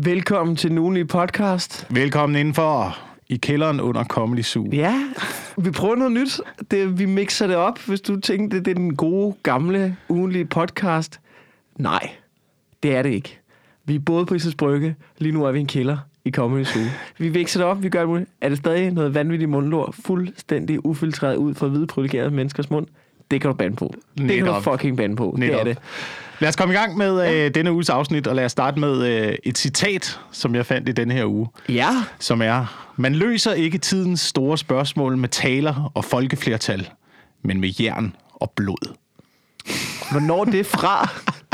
Velkommen til den ugenlige podcast. Velkommen indenfor i kælderen under Comedy Zoo. Ja, vi prøver noget nyt. Vi mixer det op, hvis du tænkte, det er den gode, gamle, ugenlige podcast. Nej, det er det ikke. Vi er både på Islands Brygge. Lige nu er vi i en kælder i Comedy Zoo. Vi mixer det op, vi gør det muligt. Er det stadig noget vanvittigt mundlort, fuldstændig ufiltreret ud fra hvide privilegerede menneskers mund? Det kan du bande på. Det kan du fucking bande på. Det er det. Lad os komme i gang med denne uges afsnit, og lad os starte med et citat, som jeg fandt i denne her uge. Ja. Som er: man løser ikke tidens store spørgsmål med taler og folkeflertal, men med jern og blod. Hvornår det er fra?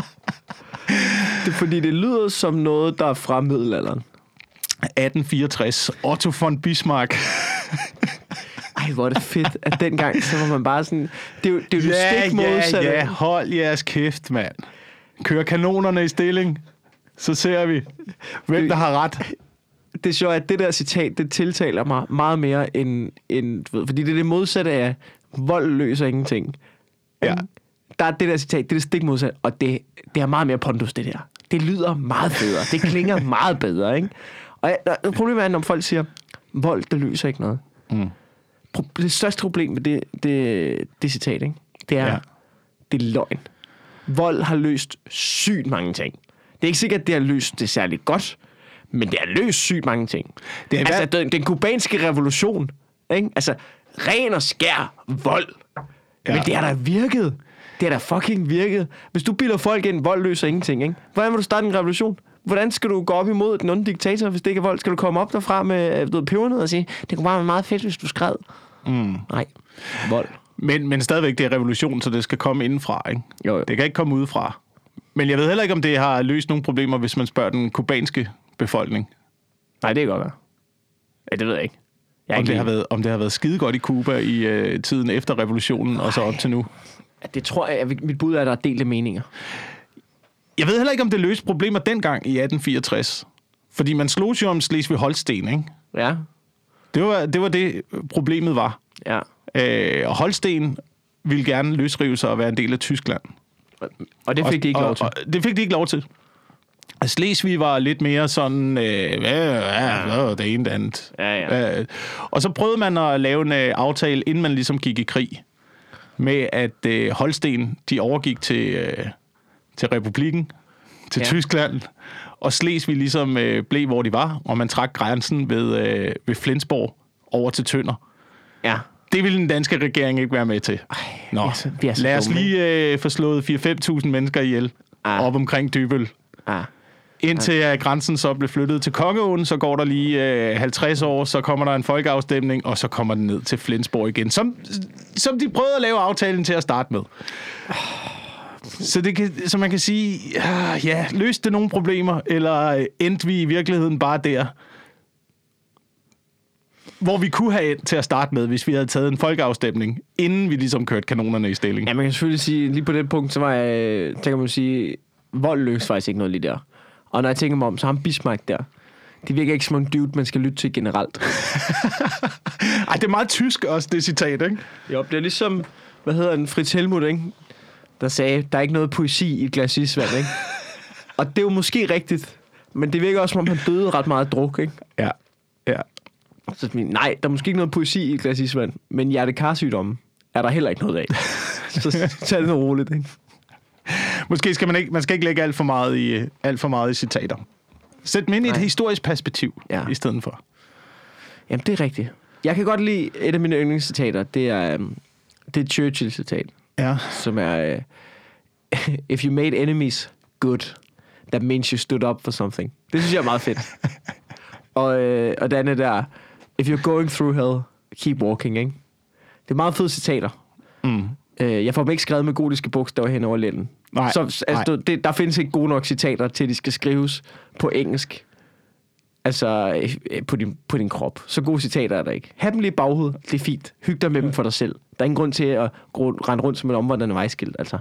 Det er fordi, det lyder som noget, der er fra middelalderen. 1864. Otto von Bismarck. Ej, hvor er det fedt, at dengang, så var man bare sådan... Det er jo det stik modsatte. Ja, hold jeres kæft, mand. Kør kanonerne i stilling, så ser vi, hvem der har ret. Det er sjovt, at det der citat, det tiltaler mig meget mere end fordi det er det modsatte af, vold løser ingenting. Ja. Der er det der citat, det er det stik modsatte, og det er meget mere pondus, det der. Det lyder meget bedre, det klinger meget bedre, ikke? Og problemet er, når folk siger, vold, det løser ikke noget. Mm. Det største problem med det citat, ikke? Det er, det er løgn. Vold har løst sygt mange ting. Det er ikke sikkert, at det har løst det særligt godt, men det har løst sygt mange ting. Det er den kubanske revolution, ikke? Altså, ren og skær vold. Ja. Men det har da virket. Det har da fucking virket. Hvis du bilder folk ind, vold løser ingenting, ikke? Hvordan vil du starte en revolution? Hvordan skal du gå op imod den onde diktator, hvis det ikke er vold? Skal du komme op derfra med pebernødder og sige, det kunne bare være meget fedt, hvis du skred? Nej, vold. Men stadigvæk, det er revolution, så det skal komme indenfra, ikke? Jo. Det kan ikke komme udefra. Men jeg ved heller ikke, om det har løst nogle problemer, hvis man spørger den kubanske befolkning. Nej, det er godt. Ja, det ved jeg ikke. Om det har været skide godt i Cuba i tiden efter revolutionen og så op til nu. Ja, det tror jeg, mit bud er, at der er delte meninger. Jeg ved heller ikke, om det løste problemer dengang i 1864. Fordi man slog jo om Slesvig-Holsten, ikke? Ja. Det var det, problemet var. Ja. Og Holsten ville gerne løsrive sig og være en del af Tyskland. Og det fik de ikke lov til. Og det fik de ikke lov til. Slesvig var lidt mere sådan, det ene det andet. Ja. Og så prøvede man at lave en aftale, inden man ligesom gik i krig, med at Holsten, de overgik til republikken, til Tyskland, og Slesvig ligesom blev, hvor de var, og man trak grænsen ved Flensborg over til Tønder. Ja. Det ville den danske regering ikke være med til. Nå, lad os lige få slået 4-5.000 mennesker ihjel op omkring Dybbøl. Indtil grænsen så blev flyttet til Kongeåen, så går der lige 50 år, så kommer der en folkeafstemning, og så kommer den ned til Flensborg igen, som de prøvede at lave aftalen til at starte med. Så man kan sige, løste det nogle problemer, eller endte vi i virkeligheden bare der, hvor vi kunne have endt til at starte med, hvis vi havde taget en folkeafstemning, inden vi ligesom kørte kanonerne i stilling. Ja, man kan selvfølgelig sige, lige på det punkt, så kan man sige, vold løste faktisk ikke noget lige der. Og når jeg tænker mig om, så har Bismarck der. Det virker ikke som en dude, man skal lytte til generelt. Ej, det er meget tysk også, det citat, ikke? Jo, det er ligesom, Fritz Helmuth, ikke? Der sagde, der er ikke noget poesi i et glas isvand, ikke? Og det er jo måske rigtigt, men det virker også, som om han døde ret meget druk, ikke? Ja. Så nej, der er måske ikke noget poesi i et glas isvand, men hjertekarsygdomme er der heller ikke noget af. Så tag det noget roligt, ikke? Måske skal man skal ikke lægge alt for meget i citater. Sæt dem ind i et historisk perspektiv i stedet for. Jamen, det er rigtigt. Jeg kan godt lide et af mine yndlingscitater. Det er Churchill-citat. Ja. Som er if you made enemies good, that means you stood up for something. Det synes jeg er meget fedt. og den er der, if you're going through hell, keep walking, ikke? Det er meget fede citater. Jeg får dem ikke skrevet med gotiske bogstaver hen over lænden. Nej. Der findes ikke gode nok citater til, at de skal skrives på engelsk. Altså, på din krop. Så gode citater er der ikke. Ha' dem lige i baghovedet. Det er fint. Hyg dig med dem for dig selv. Der er ingen grund til at rende rundt som et omvandrende vejskilt, altså.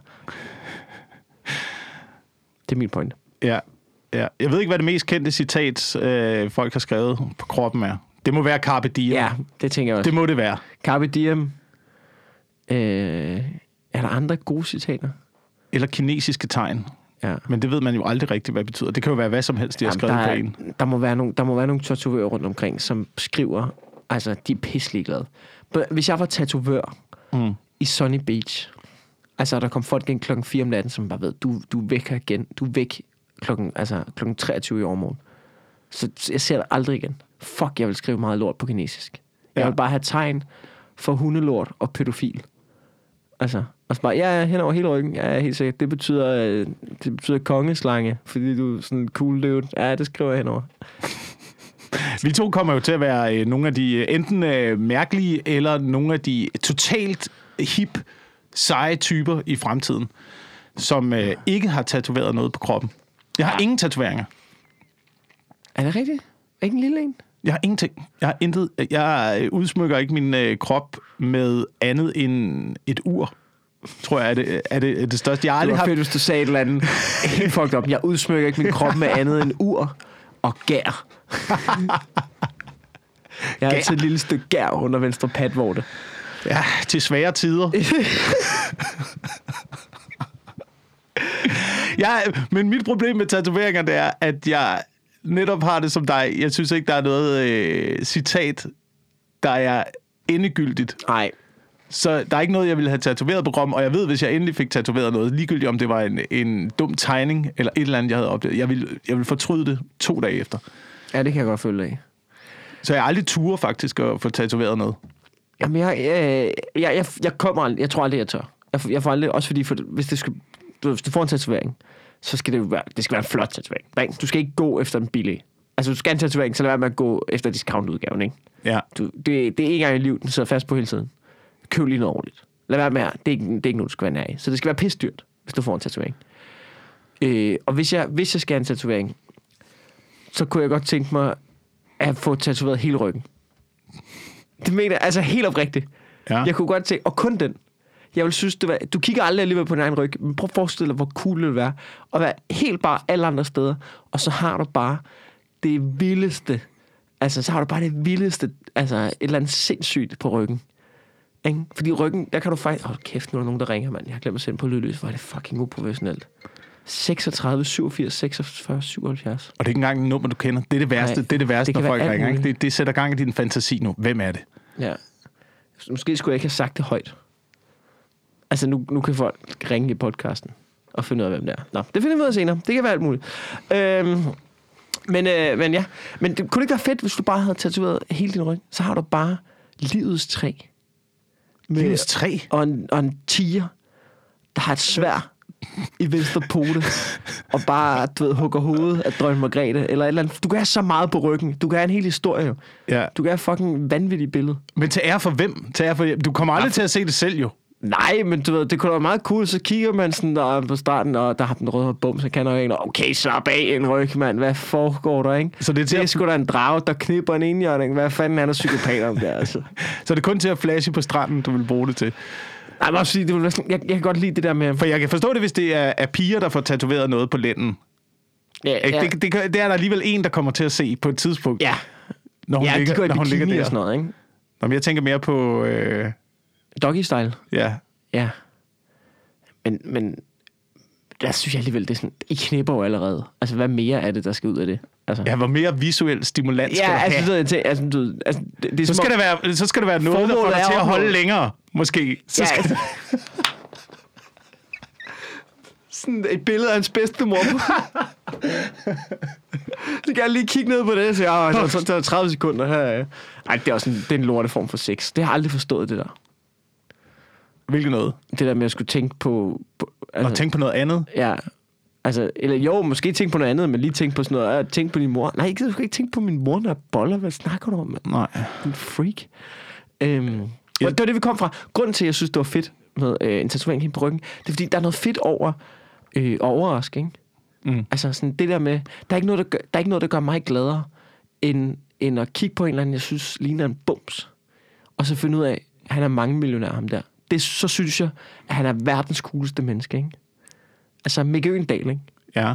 Det er min point. Ja. Jeg ved ikke, hvad det mest kendte citat, folk har skrevet på kroppen er. Det må være Carpe Diem. Ja, det tænker jeg også. Det må det være. Carpe Diem. Er der andre gode citater? Eller kinesiske tegn. Ja. Men det ved man jo aldrig rigtigt, hvad det betyder. Det kan jo være hvad som helst, de har skrevet på en. Der må være nogle tatovører rundt omkring, som skriver, altså, de er pisseligeglade. Hvis jeg var tatovør i Sunny Beach, altså, der kom folk ind klokken 4 om natten, som bare ved, du er væk her igen. Du er væk klokken 23 i overmorgen. Så jeg ser dig aldrig igen. Fuck, jeg vil skrive meget lort på kinesisk. Jeg vil bare have tegn for hundelort og pædofil. Altså, og så bare, hen over hele ryggen. Ja, helt sikkert. Det betyder kongeslange, fordi du er sådan en cool dude. Ja, det skriver jeg henover. Vi to kommer jo til at være nogle af de enten mærkelige, eller nogle af de totalt hip, seje typer i fremtiden, som ikke har tatoveret noget på kroppen. Jeg har ingen tatoveringer. Er det rigtigt? Ikke en lille en? Jeg har ingenting. Jeg har intet. Jeg udsmykker ikke min krop med andet end et ur. Tror jeg, er det største. Det var fedt, hvis du sagde et eller andet helt fucked up. Jeg udsmykker ikke min krop med andet end ur og gær. Jeg har altid et lille stykke gær under venstre patvorte. Ja, til svære tider. Men mit problem med tatoveringer, det er, at jeg netop har det som dig. Jeg synes ikke, der er noget citat, der er endegyldigt. Nej. Så der er ikke noget, jeg ville have tatoveret på kroppen, og jeg ved, hvis jeg endelig fik tatoveret noget, ligegyldigt om det var en dum tegning, eller et eller andet, jeg havde oplevet, jeg ville fortryde det 2 dage efter. Ja, det kan jeg godt følge af. Så jeg aldrig turer faktisk at få tatoveret noget. Jamen, jeg kommer aldrig, jeg tror aldrig, jeg tør. Jeg får aldrig, også fordi, hvis du får en tatovering, så skal det være en flot tatovering. Du skal ikke gå efter en billig. Altså, du skal en tatovering, så lad være med at gå efter discount-udgaven, ikke? Ja. Det er en gang i livet, den sidder fast på hele tiden. Køb lige noget ordentligt. Lad være med at, det er ikke noget, du skal være nær i. Så det skal være pisdyrt, hvis du får en tatovering. Og hvis jeg skal have en tatovering, så kunne jeg godt tænke mig at få tatoveret hele ryggen. Det mener jeg, altså helt oprigtigt. Ja. Jeg kunne godt tænke, og kun den. Jeg vil synes, du kigger aldrig alligevel på din egen ryg, men prøv at forestille dig, hvor cool det vil være. Og være helt bare alle andre steder, og så har du bare det vildeste, altså et eller andet sindssygt på ryggen. Ikke? Fordi ryggen, der kan du faktisk... kæft, nu er der nogen, der ringer, mand. Jeg har glemt at sende på lydløs, hvor er det fucking uprofessionelt. 36, 87, 46, 77. Og det er ikke engang et nummer, du kender. Det er det værste, nej, det er det værste, når folk ringer. Ikke? Det sætter gang i din fantasi nu. Hvem er det? Ja. Måske skulle jeg ikke have sagt det højt. Altså, nu kan folk ringe i podcasten og finde ud af, hvem det er. Nå, det finder vi ud af senere. Det kan være alt muligt. Men ja. Men det kunne ikke være fedt, hvis du bare havde tatoveret hele din ryg. Så har du bare livets træ. Livets træ? Og en tiger, der har et sværd i venstre pote, og bare, hugger hovedet af dronning Margrethe, eller et eller andet. Du kan have så meget på ryggen. Du kan have en hel historie, jo. Ja. Du kan have fucking vanvittigt billede. Men til ære for hvem? Du kommer aldrig til at se det selv, jo. Nej, men du ved, det kunne være meget cool. Så kigger man sådan der på starten, og der har den røde bum, så kan der en, okay, slap af en ryg, mand. Hvad foregår der, ikke? Så det er sgu da en drage, der knipper en enhjørning. Hvad fanden er der psykopat om det, altså? Så det er kun til at flashe på stranden, du vil bruge det til? Nej, men også sige, jeg kan godt lide det der med... For jeg kan forstå det, hvis det er piger, der får tatoveret noget på lænden. Ja. Det er der alligevel en, der kommer til at se på et tidspunkt. Ja. Når hun ligger, de går i bikini der. Og sådan noget, ikke? Nå, men jeg tænker mere på... Doggy-style? Ja. Ja. Men der synes jeg alligevel, det er sådan... I knipper jo allerede. Altså, hvad mere er det, der skal ud af det? Altså. Ja, hvor mere visuel stimulans skal det så skal det være noget, der får dig til at holde længere, måske. Sådan et billede af hans bedstemor. Så kan jeg lige kigge ned på det, så det er 30 sekunder her. Ej, det er også en lorteform for sex. Det har jeg aldrig forstået, det der. Hvilket noget? Det der med at skulle tænke på altså, og tænke på noget andet? Ja. Altså, eller jo, måske tænke på noget andet, men lige tænke på sådan noget. Tænke på din mor. Nej, du skal ikke tænke på min mor, der er boller. Hvad snakker du om, mand? Nej. En freak. Det var det, vi kom fra. Grunden til, at jeg synes, det var fedt med en tatovering helt på ryggen, det er, fordi der er noget fedt over overrask, ikke? Mm. Altså, sådan det der med... Der er ikke noget, der gør mig gladere, end at kigge på en eller anden, jeg synes, ligner en bums. Og så finde ud af, at han er mange millionær, ham der. Så synes jeg, at han er verdens cooleste menneske, ikke? Altså, Mikke Øgendahl, ikke? Ja.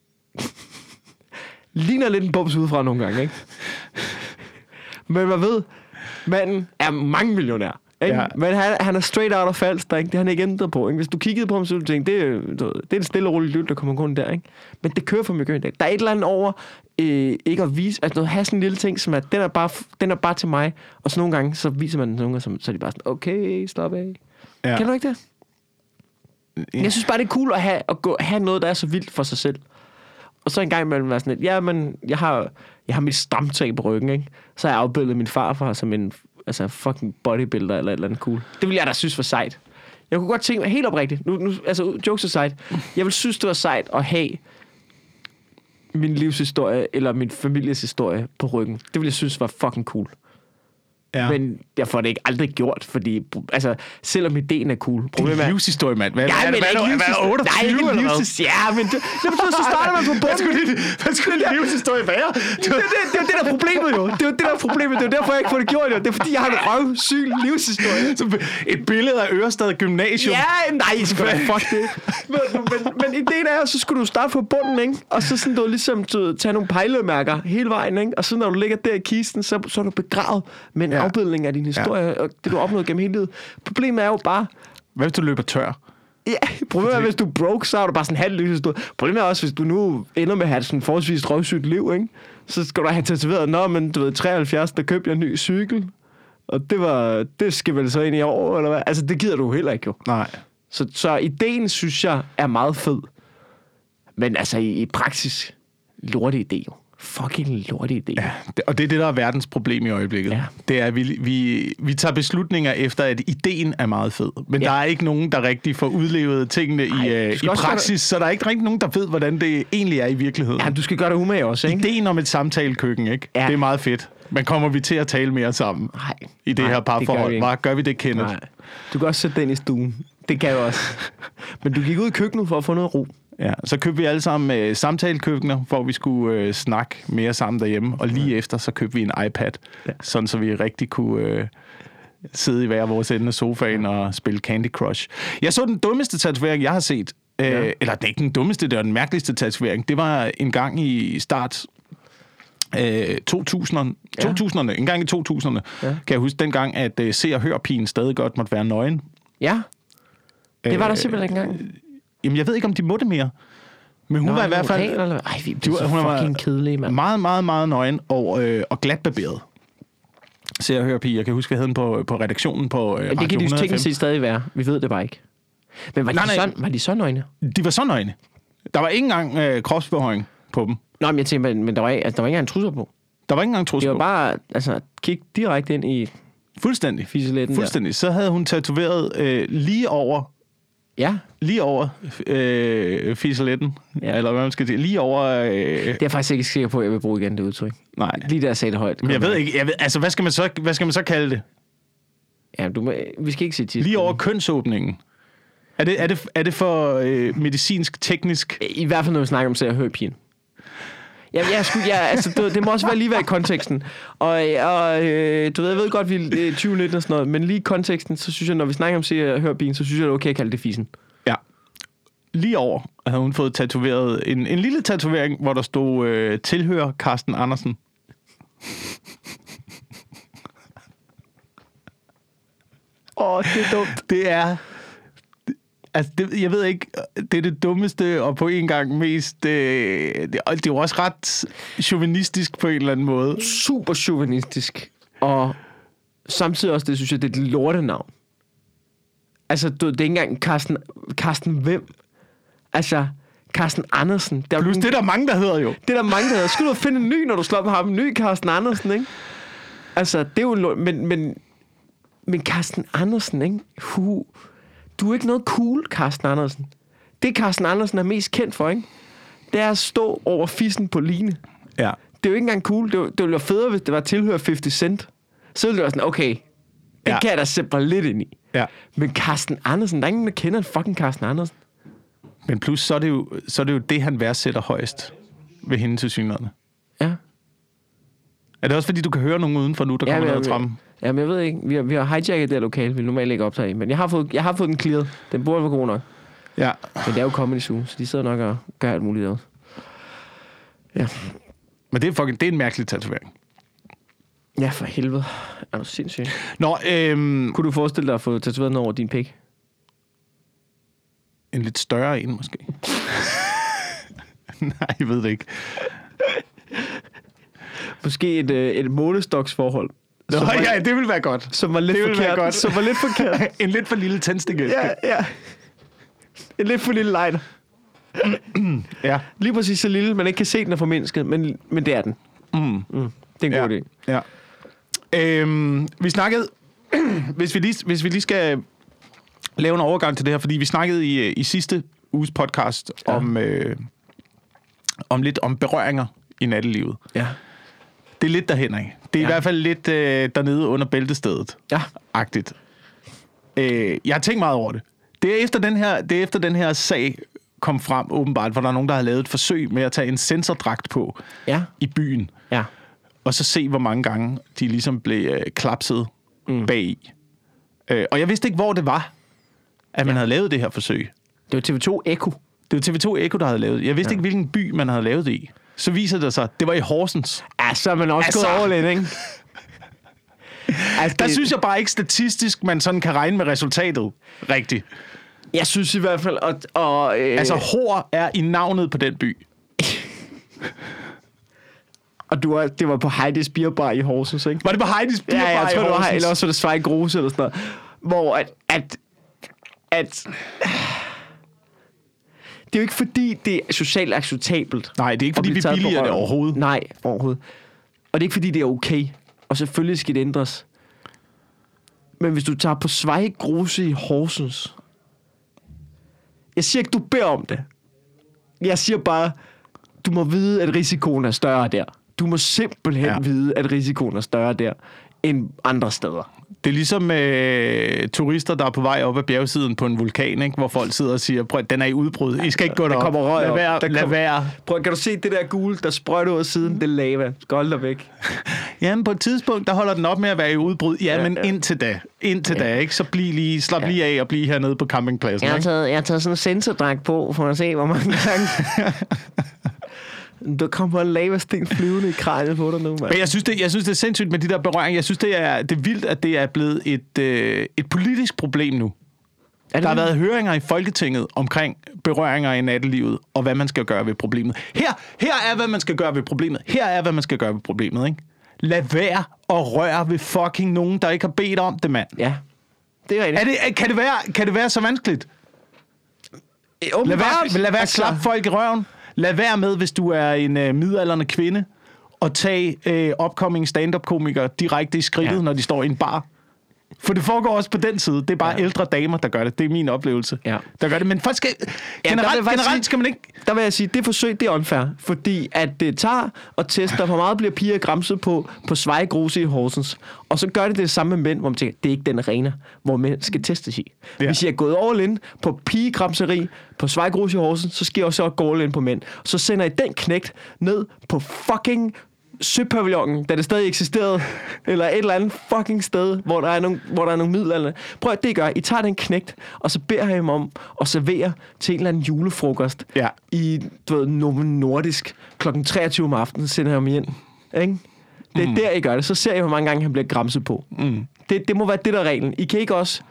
Ligner lidt en bums udefra nogle gange, ikke? Men man ved, manden er mange millionær. Ja. Men han er straight out of Falster, ikke? Det har han ikke ændret på, ikke? Hvis du kiggede på ham, så ville du tænke, det er en stille og rolig lyt, der kommer kun der, ikke? Men det kører for mig i dag. Der er et eller andet over ikke at vise, altså have sådan en lille ting, som at den er bare til mig, og så nogle gange, så viser man den nogle gange, så er de bare sådan, okay, slap af. Ja. Kan du ikke det? Ja. Jeg synes bare, det er cool at have noget, der er så vildt for sig selv. Og så en gang imellem være sådan lidt, ja, men jeg har mit stramtag på ryggen, ikke? Så har jeg afbildet min farfar som en fucking bodybuilder eller et eller andet cool. Det ville jeg da synes var sejt. Jeg kunne godt tænke mig, helt oprigtigt, nu altså jokes aside, jeg ville synes, det var sejt at have min livshistorie eller min families historie på ryggen. Det ville jeg synes var fucking cool. Ja. Men jeg får det ikke aldrig gjort, fordi altså, selvom ideen er cool. Problemet er livshistorie, mand. Hvad er det? Hvad 28 nej, ikke en livshistorie. Ja, men det betyder, så starter man på bunden. Hvad skulle din livshistorie være? Det er det, der er problemet jo. Det er det, der er problemet. Det er derfor, jeg ikke får det gjort jo. Det er fordi, jeg har en røvsyg livshistorie. Et billede af Ørestad Gymnasium. Ja, nej, fuck det. Men ideen er jo, så skulle du starte på bunden, ikke? Og så sådan, du ligesom tage nogle pejlemærker hele vejen, ikke? Og så når du ligger der i kisten, så er du begravet med en afbildning af din historie, og det du har opnået gennem hele livet. Problemet er jo bare... Hvad hvis du løber tør? Ja, problemet er, hvis du er broke, så har du bare sådan en halv livshistorie. Problemet er også, hvis du nu ender med at have sådan en forholdsvis røvsygt liv, ikke? Så skal du have tatoveret, men du ved, 73, der købte jeg en ny cykel, og det skal vel så ind i år, eller hvad? Altså, det gider du heller ikke jo. Nej. Så ideen, synes jeg, er meget fed. Men altså, i praksis, lorte idé jo. Fucking lorte idé. Ja, og det er det, der er verdens problem i øjeblikket. Ja. Det er, at vi tager beslutninger efter, at ideen er meget fed. Men der er ikke nogen, der rigtig får udlevet tingene i praksis, så der er ikke rigtig nogen, der ved, hvordan det egentlig er i virkeligheden. Ja, du skal gøre det umage også, ikke? Ideen om et samtalekøkken, ikke? Ja. Det er meget fedt. Men kommer vi til at tale mere sammen i det her parforhold? Gør vi det, Kenneth? Nej. Du kan også sætte den i stuen. Det kan jeg også. Men du gik ud i køkkenet for at få noget ro. Ja, så købte vi alle sammen samtalekøkkener, hvor vi skulle snakke mere sammen derhjemme. Og lige efter, så købte vi en iPad, sådan så vi rigtig kunne sidde i hver vores ende af sofaen og spille Candy Crush. Jeg så den dummeste tatovering, jeg har set. Eller det er ikke den dummeste, det var den mærkeligste tatovering. Det var en gang i start 2000'erne. En gang i 2000'erne. Ja. Kan jeg huske dengang, at Se og Hør-pigen stadig godt måtte være nøgen. Ja. Det var der simpelthen ikke engang. Jamen, jeg ved ikke, om de må det mere. Men hun var i hvert fald... Hun var fucking kedelig, mand. Meget, meget, meget nøgen og glatbarberet. Se og Hør-pige. Jeg kan huske, jeg havde den på redaktionen på Radio 105. Det kan de teknisk set stadig være. Vi ved det bare ikke. Men var de så nøgne? De var så nøgne. Der var ikke engang kropsbehøjning på dem. Nå, men jeg tænker, men der var ikke engang trusser på. Der var ikke engang trusser på. Det var bare, kig direkte ind i... Fuldstændig. Fiseletten. Fuldstændig. Så havde hun tatoveret lige over... Ja. Lige over fiseletten. Ja. Eller hvad man skal sige. Lige over... Det er jeg faktisk ikke sikker på, at jeg vil bruge igen det udtryk. Nej. Lige der jeg sagde det højt. Men jeg ved ikke... altså, hvad skal man så kalde det? Ja, vi skal ikke sige tidspunkt. Lige over kønsåbningen. Er det for medicinsk, teknisk? I hvert fald, når vi snakker om Se og Hør-pigen. Det må også være i konteksten. Og du ved, jeg ved godt, vi er 2019 og sådan noget, men lige i konteksten, så synes jeg, når vi snakker om Se og Hør-pigen, så synes jeg, det er okay at kalde det fisen. Ja. Lige over havde hun fået tatoveret en lille tatovering, hvor der stod tilhører Carsten Andersen. Det er dumt. Det er... Altså, jeg ved ikke, det er det dummeste, og på en gang mest... det er jo også ret chauvinistisk på en eller anden måde. Super chauvinistisk. Og samtidig også, det synes jeg, det er et lortenavn. Altså, det er ikke engang Carsten hvem? Altså, Carsten Andersen. Plus det er der mange, der hedder jo. Det er der mange, der hedder. Skal du finde en ny, når du slår på ham? En ny Carsten Andersen, ikke? Altså, det er jo... Men Carsten Andersen, ikke? Du er ikke noget cool, Carsten Andersen. Det Carsten Andersen er mest kendt for, ikke? Det er at stå over fissen på Line. Ja. Det er jo ikke engang cool. Det ville være federe, hvis det var tilhører 50 Cent. Så ville det være sådan, okay, det kan jeg da sætte lidt ind i. Ja. Men Carsten Andersen, der er ingen, der kender fucking Carsten Andersen. Men plus, så er det jo det, han værdsætter højst ved hende til synligheden. Ja. Er det også, fordi du kan høre nogen udenfor nu, der kommer ned ad trappen? Jamen, jeg ved ikke. Vi har hijacket det lokale, vi normalt ikke optager i. Men jeg har fået den clearet. Den burde være god nok. Ja. Men det er jo Comedy Zoo, så de sidder nok og gør alt muligt også. Ja. Men det er en mærkelig tatovering. Ja, for helvede. Er du sindssyg? Nå, kunne du forestille dig at få tatoveret noget over din pik? En lidt større en, måske. Nej, jeg ved det ikke. Måske et målestoksforhold. Nå, ja, det ville være godt. Som var lidt forkert. Som var lidt forkert. En lidt for lille tændstikæske. Ja. En lidt for lille lighter. Ja. Lige præcis så lille, man ikke kan se, den er formindsket, men det er den. Det er en god idé. Ja. Vi snakkede, hvis vi lige skal lave en overgang til det her, fordi vi snakkede i sidste uges podcast om lidt om berøringer i nattelivet. Ja. Det er lidt derhen af. Det er i hvert fald lidt dernede under bæltestedet. Ja. Agtigt. Jeg har tænkt meget over det. Det er efter den her sag kom frem, åbenbart, hvor der er nogen, der har lavet et forsøg med at tage en sensordragt på i byen. Ja. Og så se, hvor mange gange de ligesom blev klapset bagi. Og jeg vidste ikke, hvor det var, at man havde lavet det her forsøg. Det var TV2 Echo. Det var TV2 Echo, der havde lavet det. Jeg vidste ikke, hvilken by man havde lavet det i. Så viser det sig, det var i Horsens. Ja, så er man også gået over lidt, ikke? Der synes jeg bare ikke statistisk, man sådan kan regne med resultatet rigtigt. Jeg synes i hvert fald, altså, Hor er i navnet på den by. Og det var på Heidi's Beer Bar i Horsens, ikke? Var det på Heidi's Beer Bar i Horsens? Ja, jeg tror, det var eller også var det Svej Gruse eller sådan noget. Hvor at det er jo ikke fordi, det er socialt acceptabelt. Nej, det er ikke fordi, vi billiger det overhovedet. Nej, overhovedet. Og det er ikke fordi, det er okay. Og selvfølgelig skal det ændres. Men hvis du tager på Svej Gruse i Horsens... Jeg siger ikke, du beder om det. Jeg siger bare, du må vide, at risikoen er større der. Du må simpelthen vide, at risikoen er større der, end andre steder. Det er ligesom turister, der er på vej op ad bjergsiden på en vulkan, ikke? Hvor folk sidder og siger, prøv, den er i udbrud. I skal ikke gå derop. Kommer røg lad være. Prøv, kan du se det der gule, der sprøjter ud af siden? Det er lava. Skal holde dig væk. Jamen, på et tidspunkt, der holder den op med at være i udbrud. Ja, men indtil da, ikke? Så slap lige af og blive hernede på campingpladsen. Jeg har taget sådan en sensordragt på, for at se, hvor mange gange... Der kommer en lavasten flyvende i kraniet på dig nu, mand. Men jeg synes, det er sindssygt med de der berøringer. Jeg synes, det er vildt, at det er blevet et politisk problem nu. Der har været høringer i Folketinget omkring berøringer i nattelivet, og hvad man skal gøre ved problemet. Her er, hvad man skal gøre ved problemet. Ikke? Lad være at røre ved fucking nogen, der ikke har bedt om det, mand. Ja, det er rigtigt. Kan det være så vanskeligt? Lad være at klappe folk i røven. Lad være med, hvis du er en midaldrende kvinde, og tage upcoming stand-up-komikere direkte i skridtet, når de står i en bar. For det foregår også på den side. Det er bare ældre damer, der gør det. Det er min oplevelse, der gør det. Men folk skal... Generelt skal man ikke... Der vil jeg sige, det forsøg, det er unfair. Fordi at det tager og tester, hvor meget bliver piger gramset på Svej Gruse i Horsens. Og så gør det samme med mænd, hvor man tænker, det er ikke den arena, hvor mænd skal testes i. Ja. Hvis jeg er gået all in på pigegramseri på Svej Gruse i Horsens, så skal jeg også gå all in på mænd. Så sender jeg den knægt ned på fucking Søpavillonen, da det stadig eksisterede, eller et eller andet fucking sted, hvor der er nogle midler. Prøv at det gør. I tager den knægt, og så beder jeg ham om at servere til en eller anden julefrokost i, Novo Nordisk kl. 23 om aftenen, sender jeg ham ind. Ikke? Det er der, I gør det. Så ser jeg, hvor mange gange han bliver gramset på. Det må være det, der er reglen. I kan ikke også...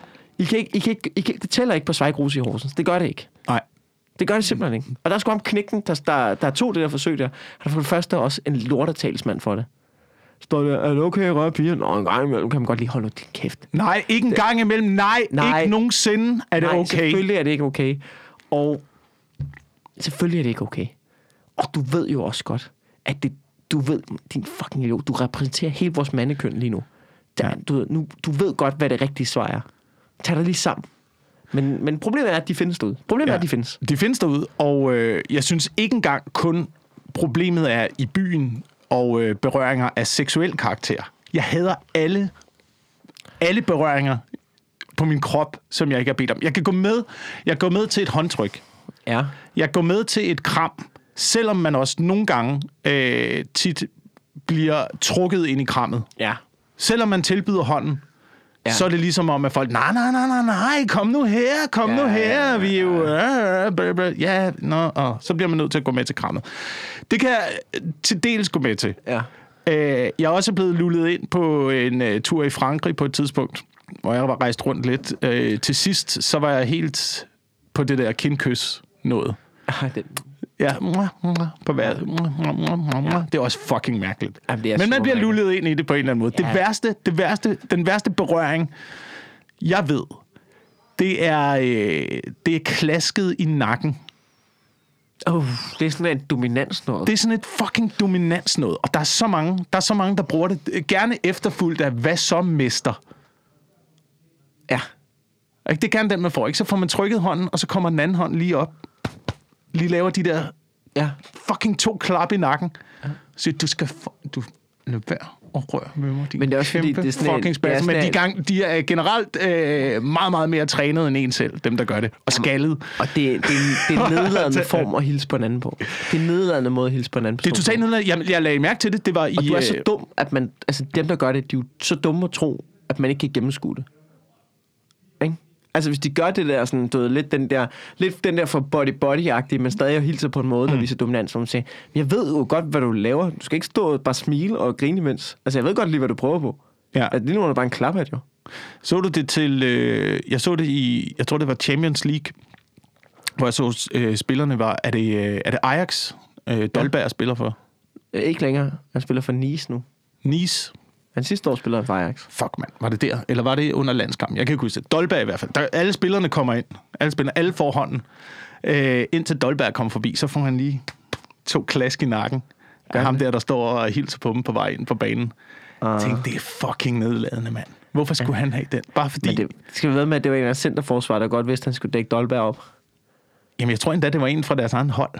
det tæller ikke på Svej Gruse i Horsens. Det gør det ikke. Nej. Det gør det simpelthen ikke. Og der skulle ham knægten, der tog det der forsøg der. Han har for det første også en lortertalsmand for det. Står der, er det okay at røre piger? Nå, en gang imellem kan man godt lige holde din kæft. Nej, ikke en gang imellem. Nej, ikke nogensinde er det okay. Selvfølgelig er det ikke okay. Og selvfølgelig er det ikke okay. Og du ved jo også godt, at du ved, din fucking idiot, du repræsenterer hele vores mandekøn lige nu. Du ved godt, hvad det rigtige svar er. Tag dig lige sammen. Men problemet er, at de findes derude. De findes derude, og jeg synes ikke engang kun problemet er i byen og berøringer af seksuel karakter. Jeg hader alle berøringer på min krop, som jeg ikke har bedt om. Jeg går med til et håndtryk. Ja. Jeg går med til et kram, selvom man også nogle gange tit bliver trukket ind i krammet. Ja. Selvom man tilbyder hånden, så er det ligesom om, at folk, nej, kom nu her, vi er jo, så bliver man nødt til at gå med til krammet. Det kan jeg til dels gå med til. Ja. Jeg er også blevet lullet ind på en tur i Frankrig på et tidspunkt, hvor jeg var rejst rundt lidt. Til sidst, så var jeg helt på det der kindkys noget. Ja, på vejret. Det er også fucking mærkeligt. Men man bliver lullet ind i det på en eller anden måde. Ja. Den værste berøring, jeg ved, det er klasket i nakken. Det er sådan et dominansnåd. Det er sådan et fucking dominansnåd. Og der er så mange, der bruger det. Gerne efterfulgt af, hvad så mester? Ja. Det er gerne den, man får. Ikke? Så får man trykket hånden, og så kommer den anden hånd lige op. Lige laver de der fucking 2 klap i nakken. Ja. Så du skal... lad være at røre med mig. Men det er også fordi, det er sådan fucking spændende. Men de er generelt meget, meget mere trænet end en selv, dem der gør det. Og skaldet. Og det er en nedladende form at hilse på en anden på. Det er en nedladende måde at hilse på en anden person. Det er totalt nedladende. Jeg lagde mærke til det. Det var og du er så dum, at man... Altså dem, der gør det, de er jo så dumme at tro, at man ikke kan gennemskue det. Ikke? Altså hvis de gør det der sådan, du ved, lidt den der for body-agtige, men stadig hilser på en måde, der viser dominans, som man siger, jeg ved jo godt, hvad du laver. Du skal ikke stå og bare smile og grine imens. Altså jeg ved godt lige, hvad du prøver på. Ja. Altså, det er nu bare en klap af jo. Så du det til... jeg så det i... Jeg tror, det var Champions League, hvor jeg så spillerne var... Er det Ajax, Dolberg spiller for? Ikke længere. Han spiller for Nice nu. Nice? Han sidste år spiller for Ajax. Fuck, mand. Var det der? Eller var det under landskampen? Jeg kan ikke huske det. Dolberg i hvert fald. Alle spillerne kommer ind. Alle får hånden. Indtil Dolberg kommer forbi, så får han lige 2 klask i nakken. Af ham der står og hilser på dem på vej ind på banen. Jeg tænkte, det er fucking nedladende, mand. Hvorfor skulle han have den? Bare fordi... Men det skal vi ved med, at det var en af centerforsvar, der godt vidste, at han skulle dække Dolberg op. Jamen, jeg tror endda, det var en fra deres egen hold.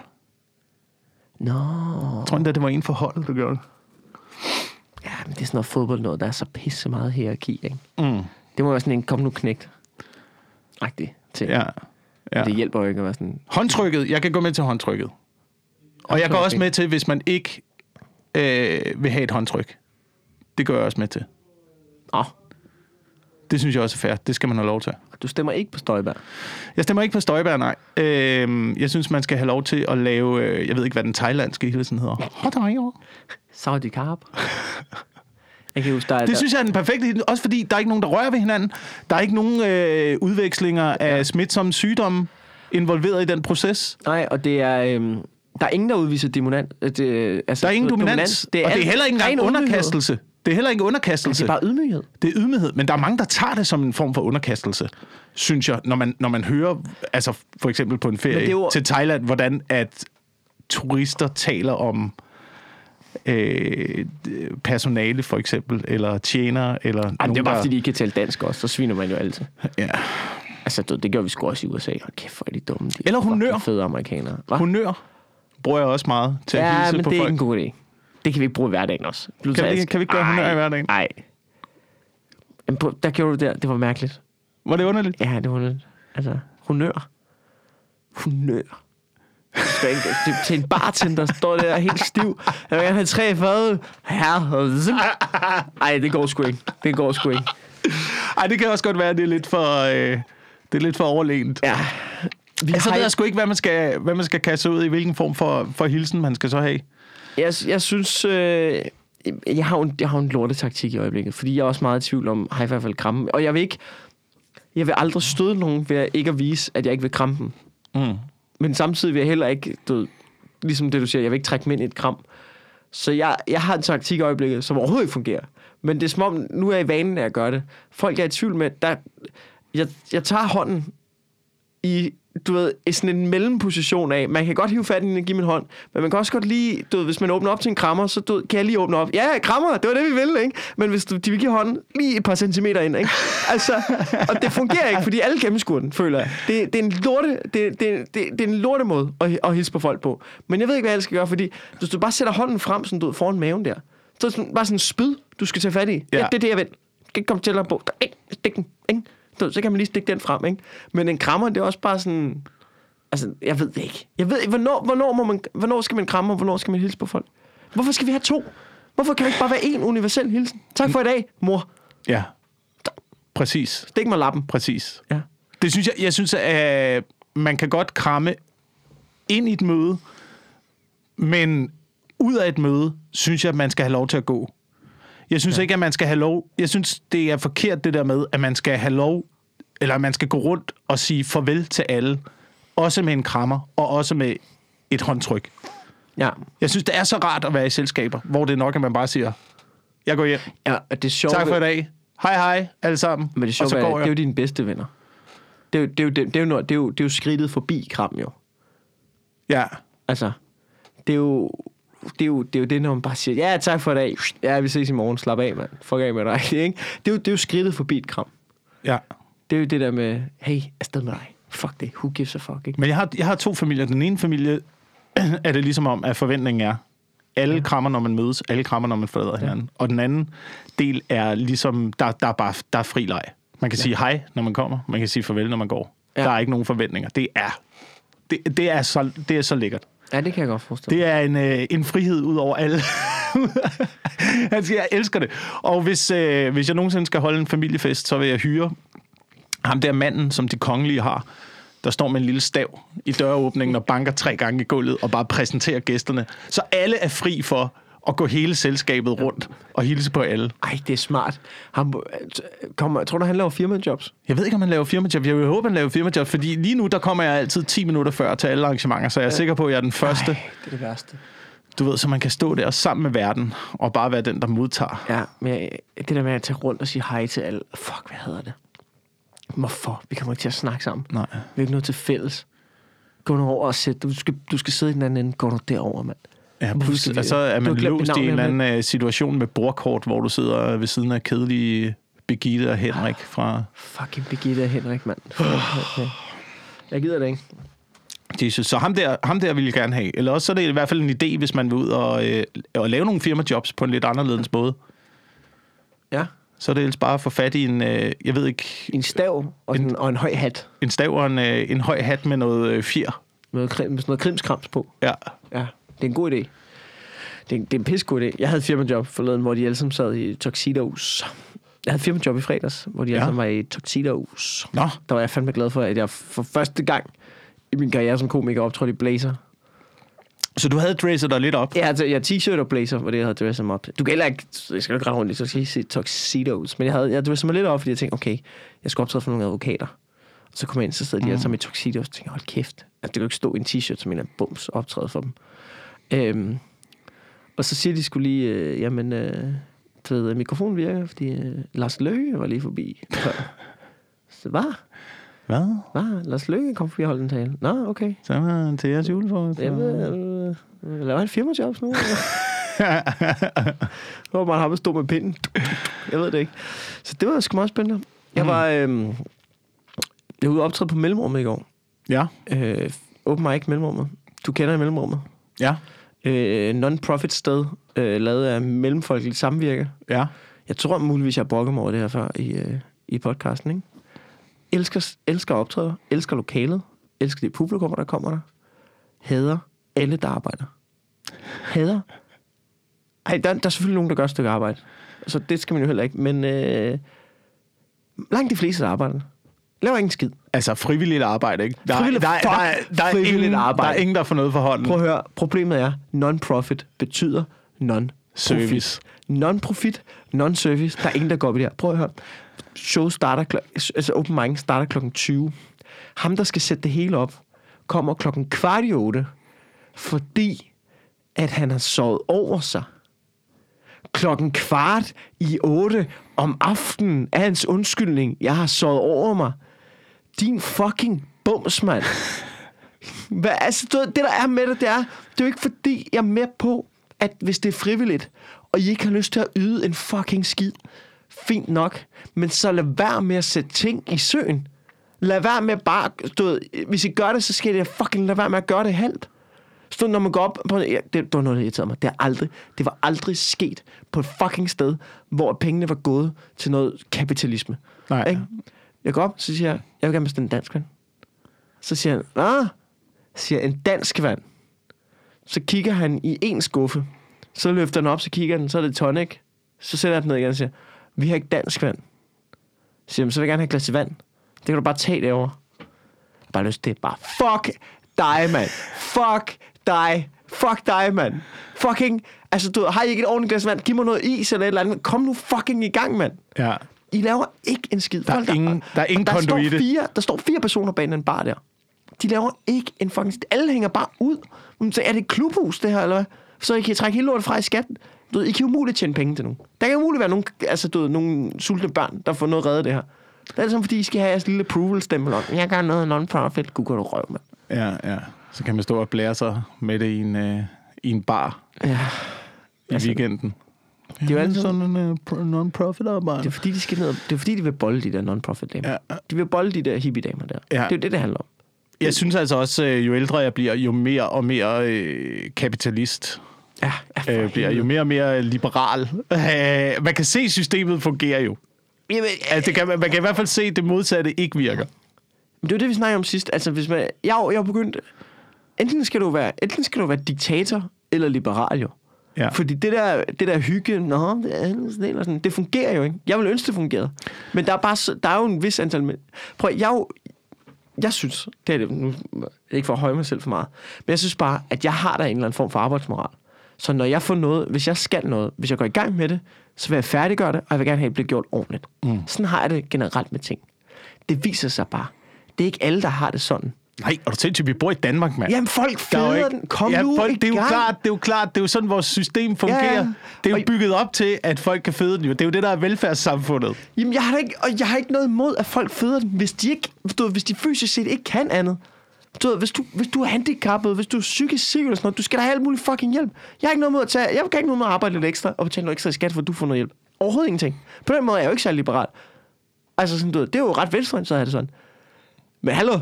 Nå. Jeg tror endda, det var en fra holdet, der gjorde det. Ja, men det er sådan noget fodbold noget, der er så pisse meget hierarki, ikke? Det må være sådan en kom nu knægt. Agtig ting. Ja. Det hjælper jo ikke at være sådan... Håndtrykket, jeg kan gå med til håndtrykket. Og jeg går også med til, hvis man ikke vil have et håndtryk. Det gør jeg også med til. Det synes jeg også er fair. Det skal man have lov til. Du stemmer ikke på Støjberg? Jeg stemmer ikke på Støjberg, nej. Jeg synes, man skal have lov til at lave... jeg ved ikke, hvad den thailandske hilsen hedder. Saudi Carb. Jeg kan huske, det synes jeg er den perfekte hilsen. Også fordi, der er ikke nogen, der rører ved hinanden. Der er ikke nogen udvekslinger af smitsomme sygdomme involveret i den proces. Nej, og det er... der er ingen, der udviser dominans. Der er ingen dominans. Og det er heller ikke engang underkastelse. Det er heller ikke underkastelse. Det er bare ydmyghed. Det er ydmyghed, men der er mange, der tager det som en form for underkastelse, synes jeg, når man hører, altså for eksempel på en ferie til Thailand, hvordan at turister taler om personale for eksempel, eller tjenere, eller nogen, det er bare fordi, de ikke kan tale dansk også, så sviner man jo altid. Ja. Altså, det gør vi sgu også i USA. Hold kæft, hvor er de dumme. De eller honør. Fede amerikanere. Honør bruger jeg også meget til at hilse på folk. Ja, men det er ikke en god idé. Det kan vi ikke bruge i hverdagen også. Kan vi ikke gøre honør i hverdagen? Nej. Der gjorde du det. Det var mærkeligt. Var det underligt? Ja, det var underligt. Altså, honør. Til en bartender, der står der helt stiv. Jeg vil gerne have 3 fad. Ej, det går sgu ikke. Ej, det kan også godt være, det er lidt for overlegent. Ja. Så ved jeg sgu ikke, hvad man skal kaste ud i, hvilken form for hilsen man skal så have. Jeg synes, jeg har en lortetaktik i øjeblikket, fordi jeg er også meget i tvivl om high five eller kramme. Og jeg vil aldrig støde nogen ved ikke at vise, at jeg ikke vil kramme dem. Men samtidig vil jeg heller ikke, ligesom det du siger, jeg vil ikke trække mig ind i et kram. Så jeg har en taktik i øjeblikket, som overhovedet ikke fungerer. Men det er som om, nu er jeg i vanen af at gøre det. Folk er i tvivl med, jeg tager hånden i sådan en mellemposition af, man kan godt hive fat i den og give min hånd, men man kan også godt lige, hvis man åbner op til en krammer, så kan jeg lige åbne op. Ja, krammer, det var det, vi ville, ikke? Men hvis de vil give hånden lige et par centimeter ind, ikke? Altså, og det fungerer ikke, fordi alle gennemskuer den, føler jeg. Det er en lorte måde at hilse på folk på. Men jeg ved ikke, hvad jeg skal gøre, fordi hvis du bare sætter hånden frem sådan, foran maven der, så er det bare sådan en spyd, du skal tage fat i. Ja. Det er det, jeg vil. Du kan ikke komme til at på. Stik den, ikke? Så kan man lige stikke den frem, ikke? Men en krammer, det er også bare sådan... Altså, jeg ved det ikke. Jeg ved ikke, hvornår skal man kramme, og hvornår skal man hilse på folk? Hvorfor skal vi have 2? Hvorfor kan det ikke bare være én universel hilsen? Tak for i dag, mor. Ja, præcis. Stik mig lappen. Præcis. Ja. Det synes jeg synes, at man kan godt kramme ind i et møde, men ud af et møde, synes jeg, at man skal have lov til at gå. Jeg synes ikke, at man skal have lov... Jeg synes, det er forkert det der med, at man skal have lov, eller man skal gå rundt og sige farvel til alle. Også med en krammer, og også med et håndtryk. Ja. Jeg synes, det er så rart at være i selskaber, hvor det er nok, at man bare siger, jeg går hjem. Ja, det er sjovt. Tak for i dag. Hej, alle sammen. Men det er sjovt, det er jo dine bedste venner. Det er jo skridtet forbi kram, jo. Ja. Altså, det er jo det, når man bare siger, ja, tak for i dag. Ja, vi ses i morgen. Slap af, mand. Fuck af med dig. Ikke? Det er jo skridtet forbi et kram. Ja. Det er jo det der med, hey, afsted med dig. Fuck det. Who gives a fuck, ikke? Men jeg har 2 familier. Den ene familie er det ligesom om, at forventningen er, alle krammer, når man mødes, alle krammer, når man forlader hinanden. Og den anden del er ligesom, der er fri leg. Man kan sige hej, når man kommer. Man kan sige farvel, når man går. Ja. Der er ikke nogen forventninger. Det er så lækkert. Ja, det kan jeg godt forstå. Det er en frihed ud over alle. Altså, jeg elsker det. Og hvis jeg nogensinde skal holde en familiefest, så vil jeg hyre ham der manden, som de kongelige har, der står med en lille stav i døråbningen og banker 3 gange i gulvet og bare præsenterer gæsterne. Så alle er fri for at gå hele selskabet rundt og hilse på alle. Ej, det er smart. Tror du, han laver firmajobs? Jeg ved ikke, om han laver firmajobs. Jeg vil håbe, han laver firmajobs, fordi lige nu, der kommer jeg altid 10 minutter før til alle arrangementer, så jeg er sikker på, at jeg er den første. Ej, det er det værste. Du ved, så man kan stå der sammen med verden og bare være den, der modtager. Ja, men det der med at tage rundt og sige hej til alle. Fuck, hvad hedder det? Hvorfor? Vi kommer ikke til at snakke sammen. Nej. Vi har ikke noget til fælles. Gå nu over og sæt. Du skal sidde i den anden ende. Gå nu derover, mand. Ja, plus, så er man låst i en eller anden situation med bordkort, hvor du sidder ved siden af kedelige Birgitte og Henrik fra... Fucking Birgitte og Henrik, mand. Jeg gider det ikke. Jesus. Så ham der vil jeg gerne have. Eller også så er det i hvert fald en idé, hvis man vil ud og lave nogle firmajobs på en lidt anderledes måde. Ja. Så er det ellers bare at få fat i en, jeg ved ikke... En stav og en høj hat. En stav og en høj hat med noget fjer. Med sådan noget krimskrams på. Ja. Ja, det er en god idé. Det er en pissegod idé. Jeg havde et firmajob forleden, hvor de alle sammen sad i tuxedos. Jeg havde et firmajob i fredags, hvor de alle sammen var i tuxedos. Nå. Der var jeg fandme glad for, at jeg for første gang i min karriere som komiker optrådte i blazer. Så du havde dresset dig lidt op? Ja, altså, jeg t-shirt og blazer, hvor det jeg havde dresset mig op. Du kan heller ikke, jeg skal jo ikke rende rundt i, så skal jeg sige tuxedos. Men jeg dresset mig lidt op, fordi jeg tænkte, okay, jeg skal optræde for nogle advokater. Og så kom jeg ind, så sad de alle sammen i tuxedos, og tænkte, hold kæft. Altså, det kan jo ikke stå i en t-shirt, som en af bums optræde for dem. Og så siger de skulle lige, mikrofonen virker, fordi Lars Løkke var lige forbi. Så hvad? Lars Løkke kom forbi og holdt en tale. Nå, okay. Så var han til jeres julefrokost. Jeg laver en firmajobs nu. Hvor man har stået med pinden. Jeg ved det ikke. Så det var sgu meget spændende. Jeg var ude og optræde på Mellemrummet i går. Ja. Open mic Mellemrummet. Du kender i Mellemrummet. Ja. Non-profit sted, lavet af Mellemfolkeligt Samvirke. Ja. Jeg tror muligvis, jeg har brokket mig over det her før i podcasten, ikke? Elsker optræder, elsker lokalet, elsker de publikummer, der kommer der. Hader alle, der arbejder. Hader. Ej, der er selvfølgelig nogen, der gør et stykke arbejde. Så det skal man jo heller ikke. Men langt de fleste, der arbejder, laver ingen skid. Altså frivilligt arbejde, ikke? Der er ingen, der får noget for hånden. Prøv at høre, problemet er, non-profit betyder non-service. Non-profit, non-service, der er ingen, der går op i det her. Prøv at høre, show starter, open mic starter klokken 20. Ham, der skal sætte det hele op, kommer klokken 7:15, fordi at han har sovet over sig. Klokken 7:15 om aftenen er hans undskyldning. Jeg har sovet over mig. Din fucking bums, mand. Altså, det der er med det er jo ikke fordi, jeg er med på, at hvis det er frivilligt, og I ikke har lyst til at yde en fucking skid, fint nok, men så lad være med at sætte ting i søen. Lad være med bare, hvis I gør det, så skal det fucking lad være med at gøre det halvt. Når man går op på... Det var noget, der irriterede mig. Det var aldrig sket på et fucking sted, hvor pengene var gået til noget kapitalisme. Nej. Ikke? Jeg går op, så siger jeg vil gerne bestille en dansk vand. Så siger han, siger en dansk vand. Så kigger han i en skuffe. Så løfter han op, så kigger han, så er det tonic. Så sætter jeg den ned igen og siger, vi har ikke dansk vand. Så siger han, så vil jeg gerne have et glas vand. Det kan du bare tage derovre. Jeg har bare lyst til bare, fuck dig, mand. Fuck dig, Fuck dig, mand. Fucking, altså du har I ikke et ordentligt glas vand? Giv mig noget is eller et eller andet. Kom nu fucking i gang, mand. Ja. I laver ikke en skid. Der er ingen konduite. Der står 4 personer bag den bar der. De laver ikke en fucking... Alle hænger bare ud. Så er det et klubhus, det her, eller hvad? Så I kan trække hele lortet fra i skatten. Du ved, I kan umuligt tjene penge til nogen. Der kan umuligt være nogen, altså, du ved, nogle sultne børn, der får noget reddet det her. Det er ligesom, fordi I skal have jeres lille approval-stempel om. Jeg gør noget non-profit. Gud, går du røv, mand. Ja. Så kan man stå og blære sig med det i en bar i weekenden. Det er jo altid sådan en non-profit arbejde. Det er fordi, de skal ned. Det er fordi, de vil bolde de der non-profit damer. Ja. De vil bolde de der hippie-damer der. Ja. Det er jo det handler om. Jeg synes altså også, jo ældre jeg bliver, jo mere og mere kapitalist. Bliver jo mere og mere liberal. Man kan se, systemet fungerer jo. Jamen, altså, man kan i hvert fald se, at det modsatte ikke virker. Det er jo det, vi snakkede om sidst. Altså, hvis man... Jeg har begyndt... Enten skal du være diktator eller liberal, jo. Ja. Fordi det der hygge, det fungerer jo ikke. Jeg vil ønske, det fungerede. Men der er jo en vis antal... Prøv, jeg synes, det er det nu, ikke for at høje mig selv for meget, men jeg synes bare, at jeg har der en eller anden form for arbejdsmoral. Så når jeg får noget, hvis jeg skal noget, hvis jeg går i gang med det, så vil jeg færdiggøre det, og jeg vil gerne have, at det bliver gjort ordentligt. Sådan har jeg det generelt med ting. Det viser sig bare. Det er ikke alle, der har det sådan. Nej, og du tænker, vi bor i Danmark, mand. Jamen, folk føder den. Kom nu folk, det er jo klart, det er jo sådan, vores system fungerer. Ja. Det er jo bygget op til, at folk kan føde den. Det er jo det, der er velfærdssamfundet. Jamen, jeg har ikke noget imod, at folk føder den, hvis de fysisk set ikke kan andet. Hvis du er handicappet, hvis du er psykisk syg eller sådan noget, du skal da have alt muligt fucking hjælp. Jeg har ikke noget med at arbejde lidt ekstra og betale noget ekstra i skat, for at du får noget hjælp. Overhovedet ingenting. På den måde er jeg jo ikke særlig liberal. Altså sådan, det er jo ret venstreorienteret, så er det sådan. Men hallo,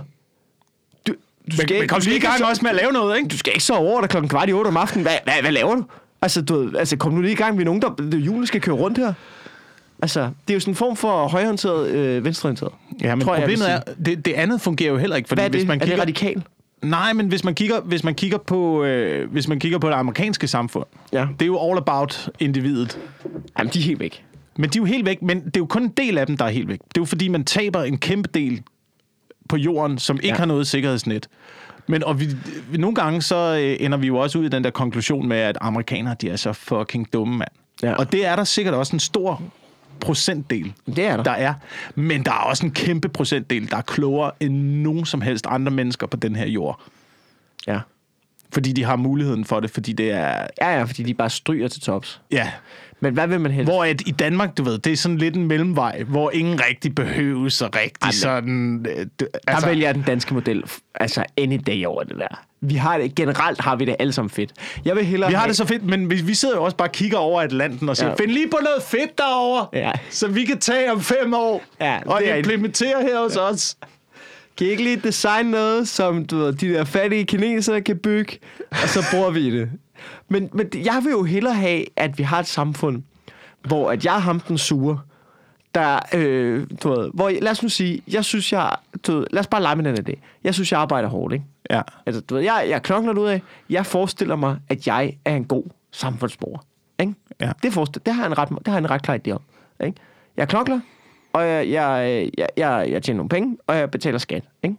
men kom lige i gang også med at lave noget, ikke? Du skal ikke så over der 7:15 om aftenen. Hvad laver du? Altså, kom nu lige i gang. Vi er nogen, der julen skal køre rundt her. Altså, det er jo sådan en form for højreorienteret, venstreorienteret. Ja, men problemet er, det andet fungerer jo heller ikke. Fordi hvad er det? Hvis man er det radikal? Nej, men hvis man kigger på det amerikanske samfund, det er jo all about individet. Jamen, de er helt væk. Men de er jo helt væk, men det er jo kun en del af dem, der er helt væk. Det er jo fordi, man taber en kæmpe del på jorden, som ikke har noget sikkerhedsnet. Men og nogle gange så ender vi jo også ud i den der konklusion med, at amerikanere, de er så fucking dumme, mand. Ja. Og det er der sikkert også en stor procentdel, det er der er. Men der er også en kæmpe procentdel, der er klogere end nogen som helst andre mennesker på den her jord. Ja. Fordi de har muligheden for det, fordi det er... Ja, fordi de bare stryger til tops. Ja. Men hvad vil man helst? Hvor i Danmark, du ved, det er sådan lidt en mellemvej, hvor ingen rigtig behøves så rigtig sådan... Der vælger den danske model, altså any day over det der. Generelt har vi det alle sammen fedt. Jeg vil hellere har det så fedt, men vi sidder jo også bare og kigger over Atlanten og siger, find lige på noget fedt derovre, så vi kan tage om 5 år og implementere her hos os. Kan I ikke lige designe noget, som du ved, de der fattige kinesere kan bygge, og så bruger vi det. Men jeg vil jo hellere have, at vi har et samfund, hvor at jeg er ham den sure, der, du ved, hvor, lad os nu sige, lad os bare lege med den af det. Jeg synes, jeg arbejder hårdt, ikke? Ja. Altså, du ved, jeg knokler ud af, jeg forestiller mig, at jeg er en god samfundsborger, ikke? Ja. Det har en ret klar idé om, ikke? Jeg knokler, og jeg tjener nogle penge, og jeg betaler skat, ikke?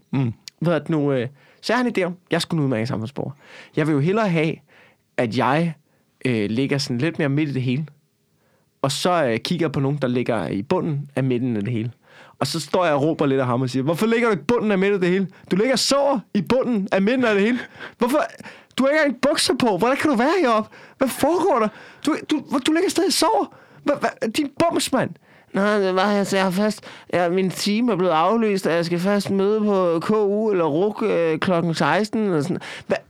Så jeg har en idé om, jeg skulle ud med en samfundsborger. Jeg vil jo hellere have, at jeg ligger sådan lidt mere midt i det hele, og så kigger på nogen, der ligger i bunden af midten af det hele. Og så står jeg og råber lidt af ham og siger, hvorfor ligger du i bunden af midten af det hele? Du ligger så i bunden af midten af det hele. Hvorfor? Du har ikke engang bukser på. Hvordan kan du være heroppe? Hvad foregår der? Du ligger stadig og sover. Din bumsmand. Nå, det var jeg har først... min time er blevet aflyst, og jeg skal først møde på KU eller RUK klokken 16. Eller sådan.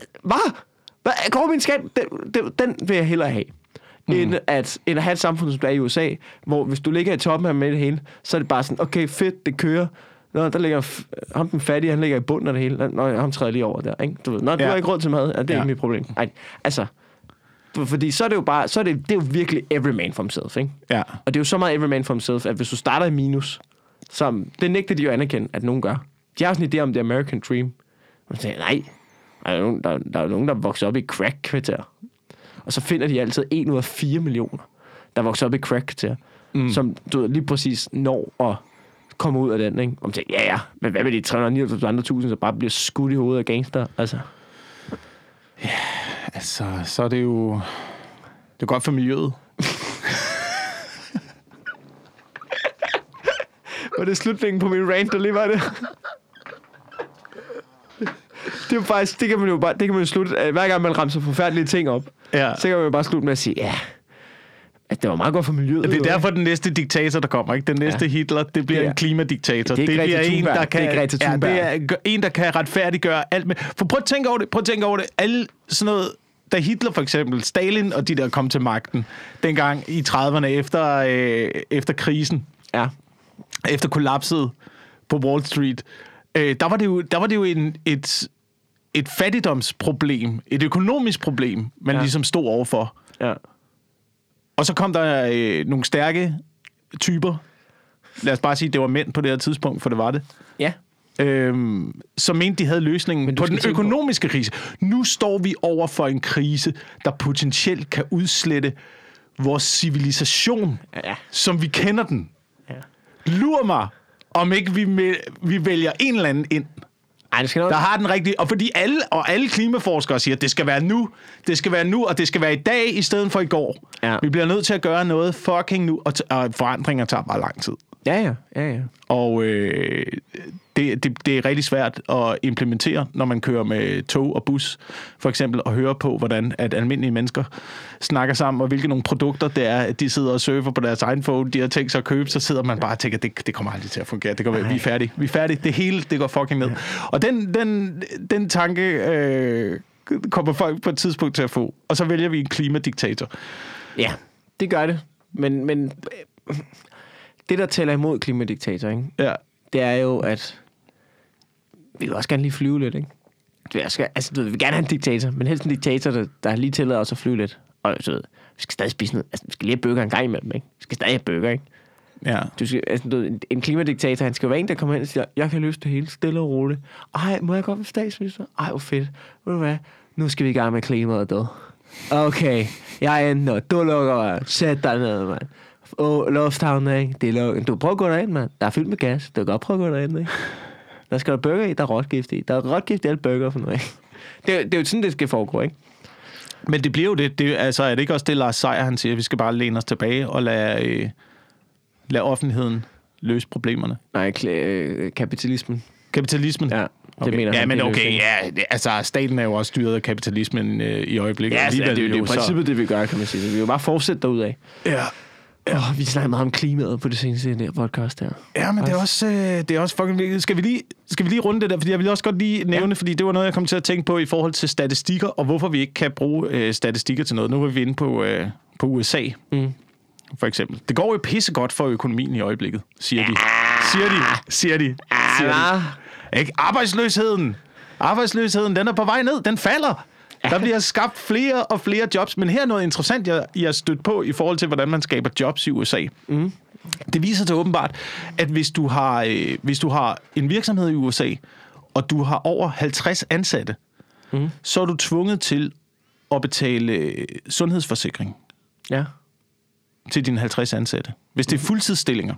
Hvad? Går min skat? Den vil jeg hellere have. End at have et samfund, som der er i USA, hvor hvis du ligger i toppen af med det hele, så er det bare sådan, okay, fedt, det kører. Nå, der ligger ham den fattige, han ligger i bunden af det hele. Nå, ham træder lige over der, ikke? Du ved, du har ikke råd til mad, det er ikke mit problem. Ej, altså, fordi så er det jo bare, det er jo virkelig every man for himself, ikke? Ja. Og det er jo så meget every man for himself, at hvis du starter i minus, det nægter de jo anerkende, at nogen gør. De har sådan en idé om the American dream. Og så nej, der er jo nogen, der vokser op i crack-kvarter. Og så finder de altid 1 ud af 4 millioner, der vokser op i crack-kvarter, som du lige præcis når at komme ud af den, ikke? Og man tænker, men hvad med de 399 andre tusind, så bare bliver skudt i hovedet af gangster, altså? Altså, så er det jo... Det er godt for miljøet. Var det slutningen på min rant, der lige var det? Det er faktisk, det kan man jo slutte, hver gang man ramser forfærdelige ting op, så kan man jo bare slutte med at sige, at det var meget godt for miljøet. Det er derfor den næste diktator, der kommer, ikke? Den næste Hitler, det bliver en klimadiktator. Det bliver en, der kan, det er en, der kan retfærdiggøre alt med. For prøv at tænke over det. Alle sådan noget, da Hitler for eksempel, Stalin og de der kom til magten, dengang i 30'erne efter krisen, efter kollapset på Wall Street, der var det jo et fattigdomsproblem, et økonomisk problem, man ligesom stod overfor. Ja. Og så kom der nogle stærke typer. Lad os bare sige, det var mænd på det her tidspunkt, for det var det. Ja. Som mente, de havde løsningen på den økonomiske krise. Nu står vi over for en krise, der potentielt kan udslette vores civilisation, som vi kender den. Ja. Lur mig, om ikke vi vælger en eller anden ind. Ej, det skal der har den rigtige, og fordi alle klimaforskere siger, at det skal være nu, og det skal være i dag i stedet for i går. Ja. Vi bliver nødt til at gøre noget fucking nu, og forandringer tager bare lang tid. Ja. Og det er rigtig svært at implementere, når man kører med tog og bus, for eksempel, og høre på, hvordan at almindelige mennesker snakker sammen, og hvilke nogle produkter det er, at de sidder og surfer på deres iPhone, de har tænkt sig at købe, så sidder man bare og tænker, det kommer aldrig til at fungere. Det går, vi er færdige. Det hele, det går fucking ned. Ja. Og den tanke kommer folk på et tidspunkt til at få, og så vælger vi en klimadiktator. Ja, det gør det. Men det, der tæller imod klimadiktator, ikke? Ja. Det er jo, at vi vil også gerne lige flyve lidt, ikke? Vi vil gerne have en diktator, men helst en diktator, der lige tillader os at flyve lidt. Og så ved, vi skal stadig spise noget. Altså, vi skal lige have burger en gang imellem, ikke? Vi skal stadig have burger, ikke? Ja. En klimadiktator, han skal jo være en, der kommer hen og siger, jeg kan løse det hele stille og roligt. Ej, må jeg godt være statsminister? Ej, hvor fedt. Ved du hvad? Nu skal vi i gang med klimaet, død. Okay, jeg ender. Du lukker, sæt dig ned, mand. Lufthavnen, ikke? Det er lukket. Du prøver at gå derind, mand. Der er fyldt med gas. Du kan godt prøve at gå derind, ikke? Der skal der burger i, der er rotgift i. Der er rotgift i alle burger for noget, ikke? Det er jo sådan, det skal foregå, ikke? Men det bliver jo det. Altså, er det ikke også det, Lars Seier, han siger, at vi skal bare læne os tilbage og lade offentligheden løse problemerne? Nej, kapitalismen. Kapitalismen? Ja. Okay. Det mener han, men okay, altså staten er jo også styret af kapitalismen i øjeblikket. Ja, det er jo i princippet det, vi gør, kan man sige. Vi vil jo bare fortsætte derudad. Ja. Vi snakker meget om klimaet på det seneste der podcast her. Ja, men det er også fucking vigtigt. Skal vi lige runde det der? Fordi jeg vil også godt lige nævne, fordi det var noget, jeg kom til at tænke på i forhold til statistikker, og hvorfor vi ikke kan bruge statistikker til noget. Nu er vi inde på USA, for eksempel. Det går jo pissegodt for økonomien i øjeblikket, siger de. Ikke? Arbejdsløsheden, den er på vej ned. Den falder. Der bliver skabt flere og flere jobs. Men her er noget interessant, jeg har stødt på i forhold til, hvordan man skaber jobs i USA. Mm. Det viser sig åbenbart, at hvis du har en virksomhed i USA, og du har over 50 ansatte, så er du tvunget til at betale sundhedsforsikring til dine 50 ansatte. Hvis det er fuldtidsstillinger.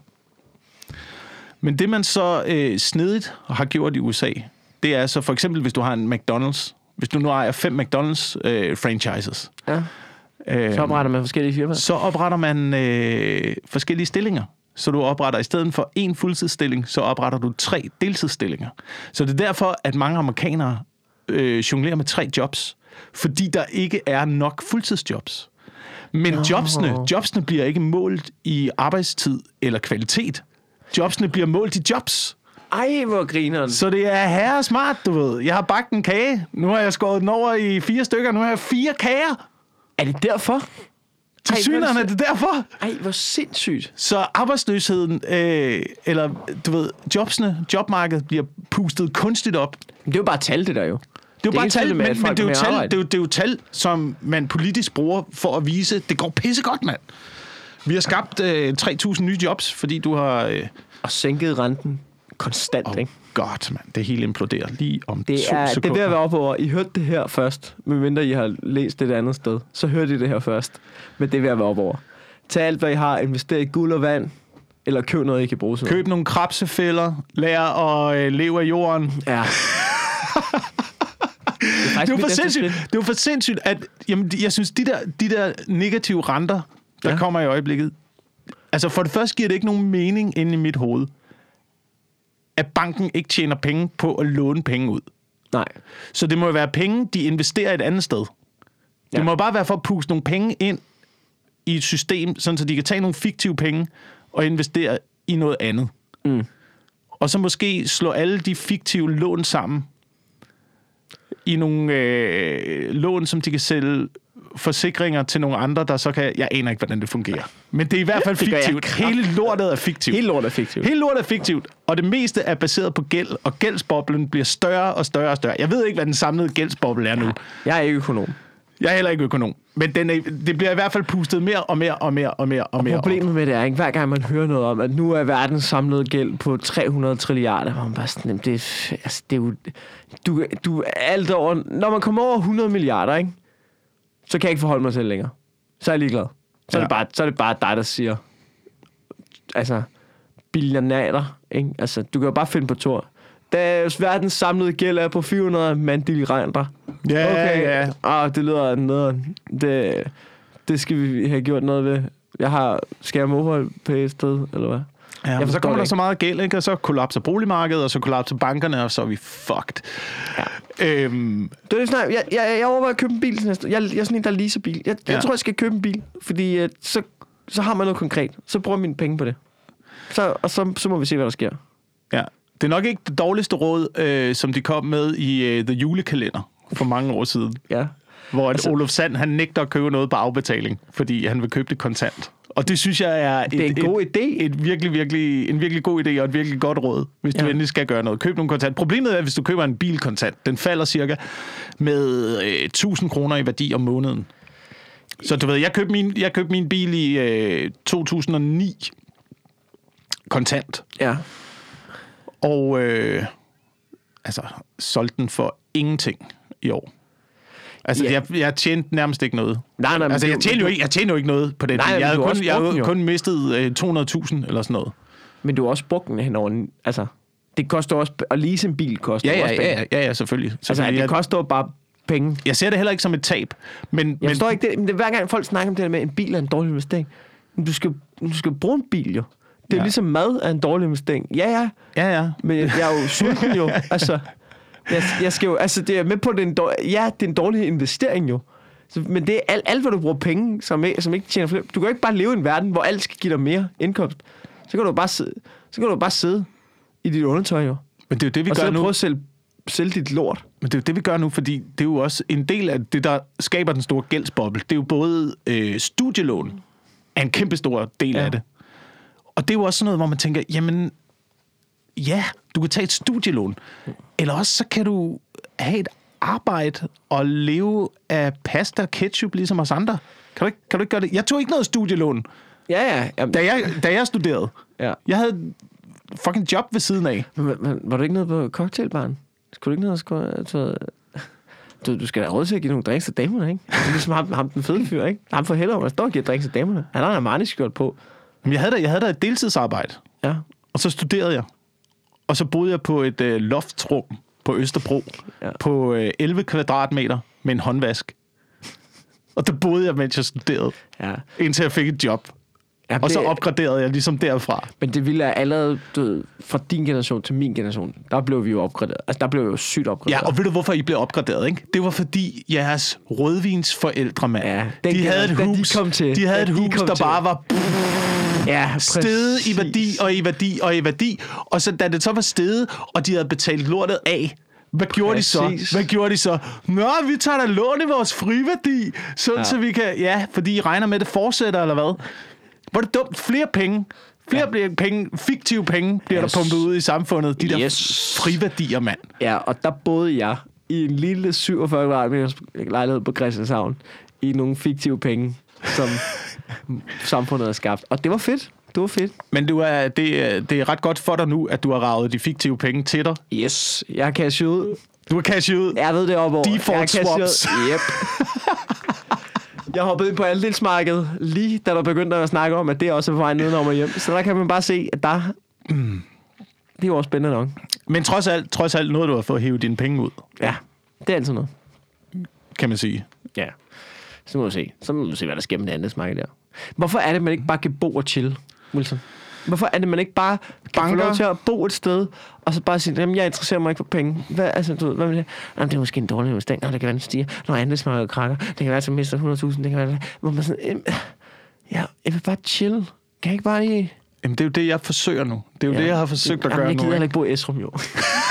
Men det, man så snedigt har gjort i USA, det er så for eksempel, hvis du har en McDonald's. Hvis du nu ejer 5 McDonald's-franchises. Så opretter man forskellige firmaer. Så opretter man forskellige stillinger. Så du opretter i stedet for 1 fuldtidsstilling, så opretter du 3 deltidsstillinger. Så det er derfor, at mange amerikanere jonglerer med 3 jobs. Fordi der ikke er nok fuldtidsjobs. Men jobsene bliver ikke målt i arbejdstid eller kvalitet. Jobsene bliver målt i jobs. Ej, hvor grineren. Så det er herre smart, du ved. Jeg har bagt en kage. Nu har jeg skåret den over i 4 stykker. Nu har jeg 4 kager. Er det derfor? Til synligheden er det derfor. Ej, hvor sindssygt. Så arbejdsløsheden, eller du ved, jobmarkedet bliver pustet kunstigt op. Det er jo bare tal, det der jo. Det er jo bare tal, men det er jo tal, som man politisk bruger for at vise, at det går pissegodt, mand. Vi har skabt 3.000 nye jobs, fordi du har... Og sænket renten konstant, ikke? Godt, mand. Det hele imploderer lige om 2 sekunder. Det er ved at være op over. I hørte det her først, medmindre I har læst det et andet sted. Så hørte I det her først. Men det er ved at være op over. Tag alt, hvad I har. Invester i guld og vand. Eller køb noget, I kan bruge. Køb nogle krabsefælder. Lær at leve af jorden. Ja. Det er jo for sindssygt, at jamen, jeg synes, de der negative renter, der kommer i øjeblikket, altså for det første giver det ikke nogen mening inde i mit hoved, at banken ikke tjener penge på at låne penge ud. Nej. Så det må jo være penge, de investerer et andet sted. Det må bare være for at puste nogle penge ind i et system, sådan så de kan tage nogle fiktive penge og investere i noget andet. Mm. Og så måske slå alle de fiktive lån sammen i nogle lån, som de kan sælge forsikringer til nogle andre, der så kan... Jeg aner ikke, hvordan det fungerer. Men det er i hvert fald fiktivt. Hele lortet er fiktivt. Hele lortet er fiktivt. Og det meste er baseret på gæld, og gældsboblen bliver større og større og større. Jeg ved ikke, hvad den samlede gældsboble er nu. Jeg er ikke økonom. Jeg er heller ikke økonom. Men det bliver i hvert fald pustet mere og mere og mere og mere og mere. Problemet med det er, ikke hver gang man hører noget om, at nu er verdens samlede gæld på 300 trilliarder, hvor man bare sådan, det er jo... Du alt over... Når man kommer over 100 milliarder, ikke? Så kan jeg ikke forholde mig til længere. Så er jeg ligeglad. Så er det bare dig, der siger... Altså, billionater, ikke? Altså, du kan jo bare finde på Thor. Da verdens samlede gæld er på 400 mandilrenter. Ja, okay. Ja. Det lyder nederen. Det skal vi have gjort noget ved. Skal jeg mobile pay et sted, eller hvad? Ja, så kommer der så meget gæld, ikke? Og så kollapser boligmarkedet, og så kollapser bankerne, og så er vi fucked. Ja. Det er sådan, jeg overvejer at købe en bil til næste. Jeg er sådan en, der leaser bil. Jeg tror, jeg skal købe en bil, fordi så har man noget konkret. Så bruger jeg mine penge på det. Så må vi se, hvad der sker. Ja. Det er nok ikke det dårligste råd, som de kom med i The Julekalender for mange år siden. Ja. Hvor Olof Sand, han nægter at købe noget på afbetaling, fordi han vil købe det kontant. Og det synes jeg er en god idé. En virkelig god idé og et virkelig godt råd, hvis du endelig skal gøre noget. Køb nogle kontant. Problemet er, at hvis du køber en bil kontant, den falder cirka med 1000 kroner i værdi om måneden. Så du ved, jeg købte min bil i 2009 kontant. Ja. Og solgte den for ingenting i år. Altså, jeg tjente nærmest ikke noget. Nej, altså, jeg tjente jo ikke noget på den. Nej, jeg havde kun mistet 200.000 eller sådan noget. Men du har også brugt den henover. Altså, det koster også... At lease en bil koster også penge. Ja, selvfølgelig. Altså, det koster jo bare penge. Jeg ser det heller ikke som et tab. Men forstår ikke det. Men hver gang folk snakker om det der med, en bil er en dårlig investering. Men du skal bruge en bil jo. Det er ligesom mad er en dårlig investering. Ja. Men jeg er jo sulten jo. Altså... Jeg skal jo, altså det er med på, det er en dårlig investering jo. Men det er alt hvad du bruger penge, som ikke tjener flere. Du kan ikke bare leve i en verden, hvor alt skal give dig mere indkomst. Så kan du bare sidde i dit undertøj jo. Men det er jo det, vi gør nu. Og så prøve at sælge dit lort. Men det er jo det, vi gør nu, fordi det er jo også en del af det, der skaber den store gældsboble. Det er jo både studielån er en kæmpe stor del af det. Og det er jo også sådan noget, hvor man tænker, jamen... Ja, du kan tage et studielån. Eller også så kan du have et arbejde og leve af pasta og ketchup, ligesom os andre. Kan du ikke gøre det? Jeg tog ikke noget studielån. Ja. Da jeg studerede. Ja. Jeg havde fucking job ved siden af. Men var du ikke noget på cocktailbaren? Skulle du ikke noget... Du skal da råd til at give nogle drinks til damerne, ikke? Det er ligesom ham den fede fyr, ikke? Ham for helvede, man står og giver drinks til damerne. Han har en Armani-skjort på. Men jeg havde da et deltidsarbejde. Ja. Og så studerede jeg. Og så boede jeg på et loftrum på Østerbro på 11 kvadratmeter med en håndvask. Og der boede jeg, mens jeg studerede, indtil jeg fik et job. Ja, og så opgraderede jeg ligesom derfra. Men det ville allerede, fra din generation til min generation, der blev vi jo opgraderet. Altså, der blev jo sygt opgraderet. Ja, og ved du, hvorfor I blev opgraderet, ikke? Det var fordi jeres rødvinsforældre, mand, de havde et hus, der bare var... steget i værdi og i værdi og i værdi. Og så da det så var steget, og de havde betalt lortet af, hvad gjorde de så? Nå, vi tager da lån i vores friværdi, så vi kan... Ja, fordi I regner med, at det fortsætter, eller hvad? Hvor det dumt? Flere penge, fiktive penge, bliver der pumpet ud i samfundet. De der friværdier, mand. Ja, og der boede jeg i en lille 47 kvadratmeters lejlighed på Christianshavn i nogle fiktive penge, som samfundet har skabt. Og det var fedt. Men det er ret godt for dig nu, at du har raget de fiktive penge til dig. Yes, jeg har cashet ud. Du har cashet ud? Jeg ved det op over. Default swaps. Yep. Jeg hoppede ind på andelsmarkedet, lige da der begyndte at snakke om, at det også er på vej nedenom og hjem. Så der kan man bare se, at det er jo også spændende nok. Men trods alt noget, du har fået hævet dine penge ud. Ja. Det er altid noget. Kan man sige. Ja. Så må vi se. Så må vi se, hvad der sker med det andet smag der. Hvorfor er det, man ikke bare kan bo og chill, Wilson? Hvorfor er det, man ikke bare kan få lov til at bo et sted, og så bare sige, jamen, jeg interesserer mig ikke for penge. Hvad, altså, du ved, hvad vil det? Jamen, det er måske en dårlig investering. Nå, det kan være, den stiger. Når andelsmarkedet krakker. Det kan være, at jeg mister 100.000. Det kan være, hvor man sådan, ja, jeg vil bare chill. Kan jeg ikke bare lige... Jamen, det er jo det, jeg forsøger nu. Det er jo det, jeg har forsøgt at gøre nu. Jeg gider ikke bo i Esrum, jo.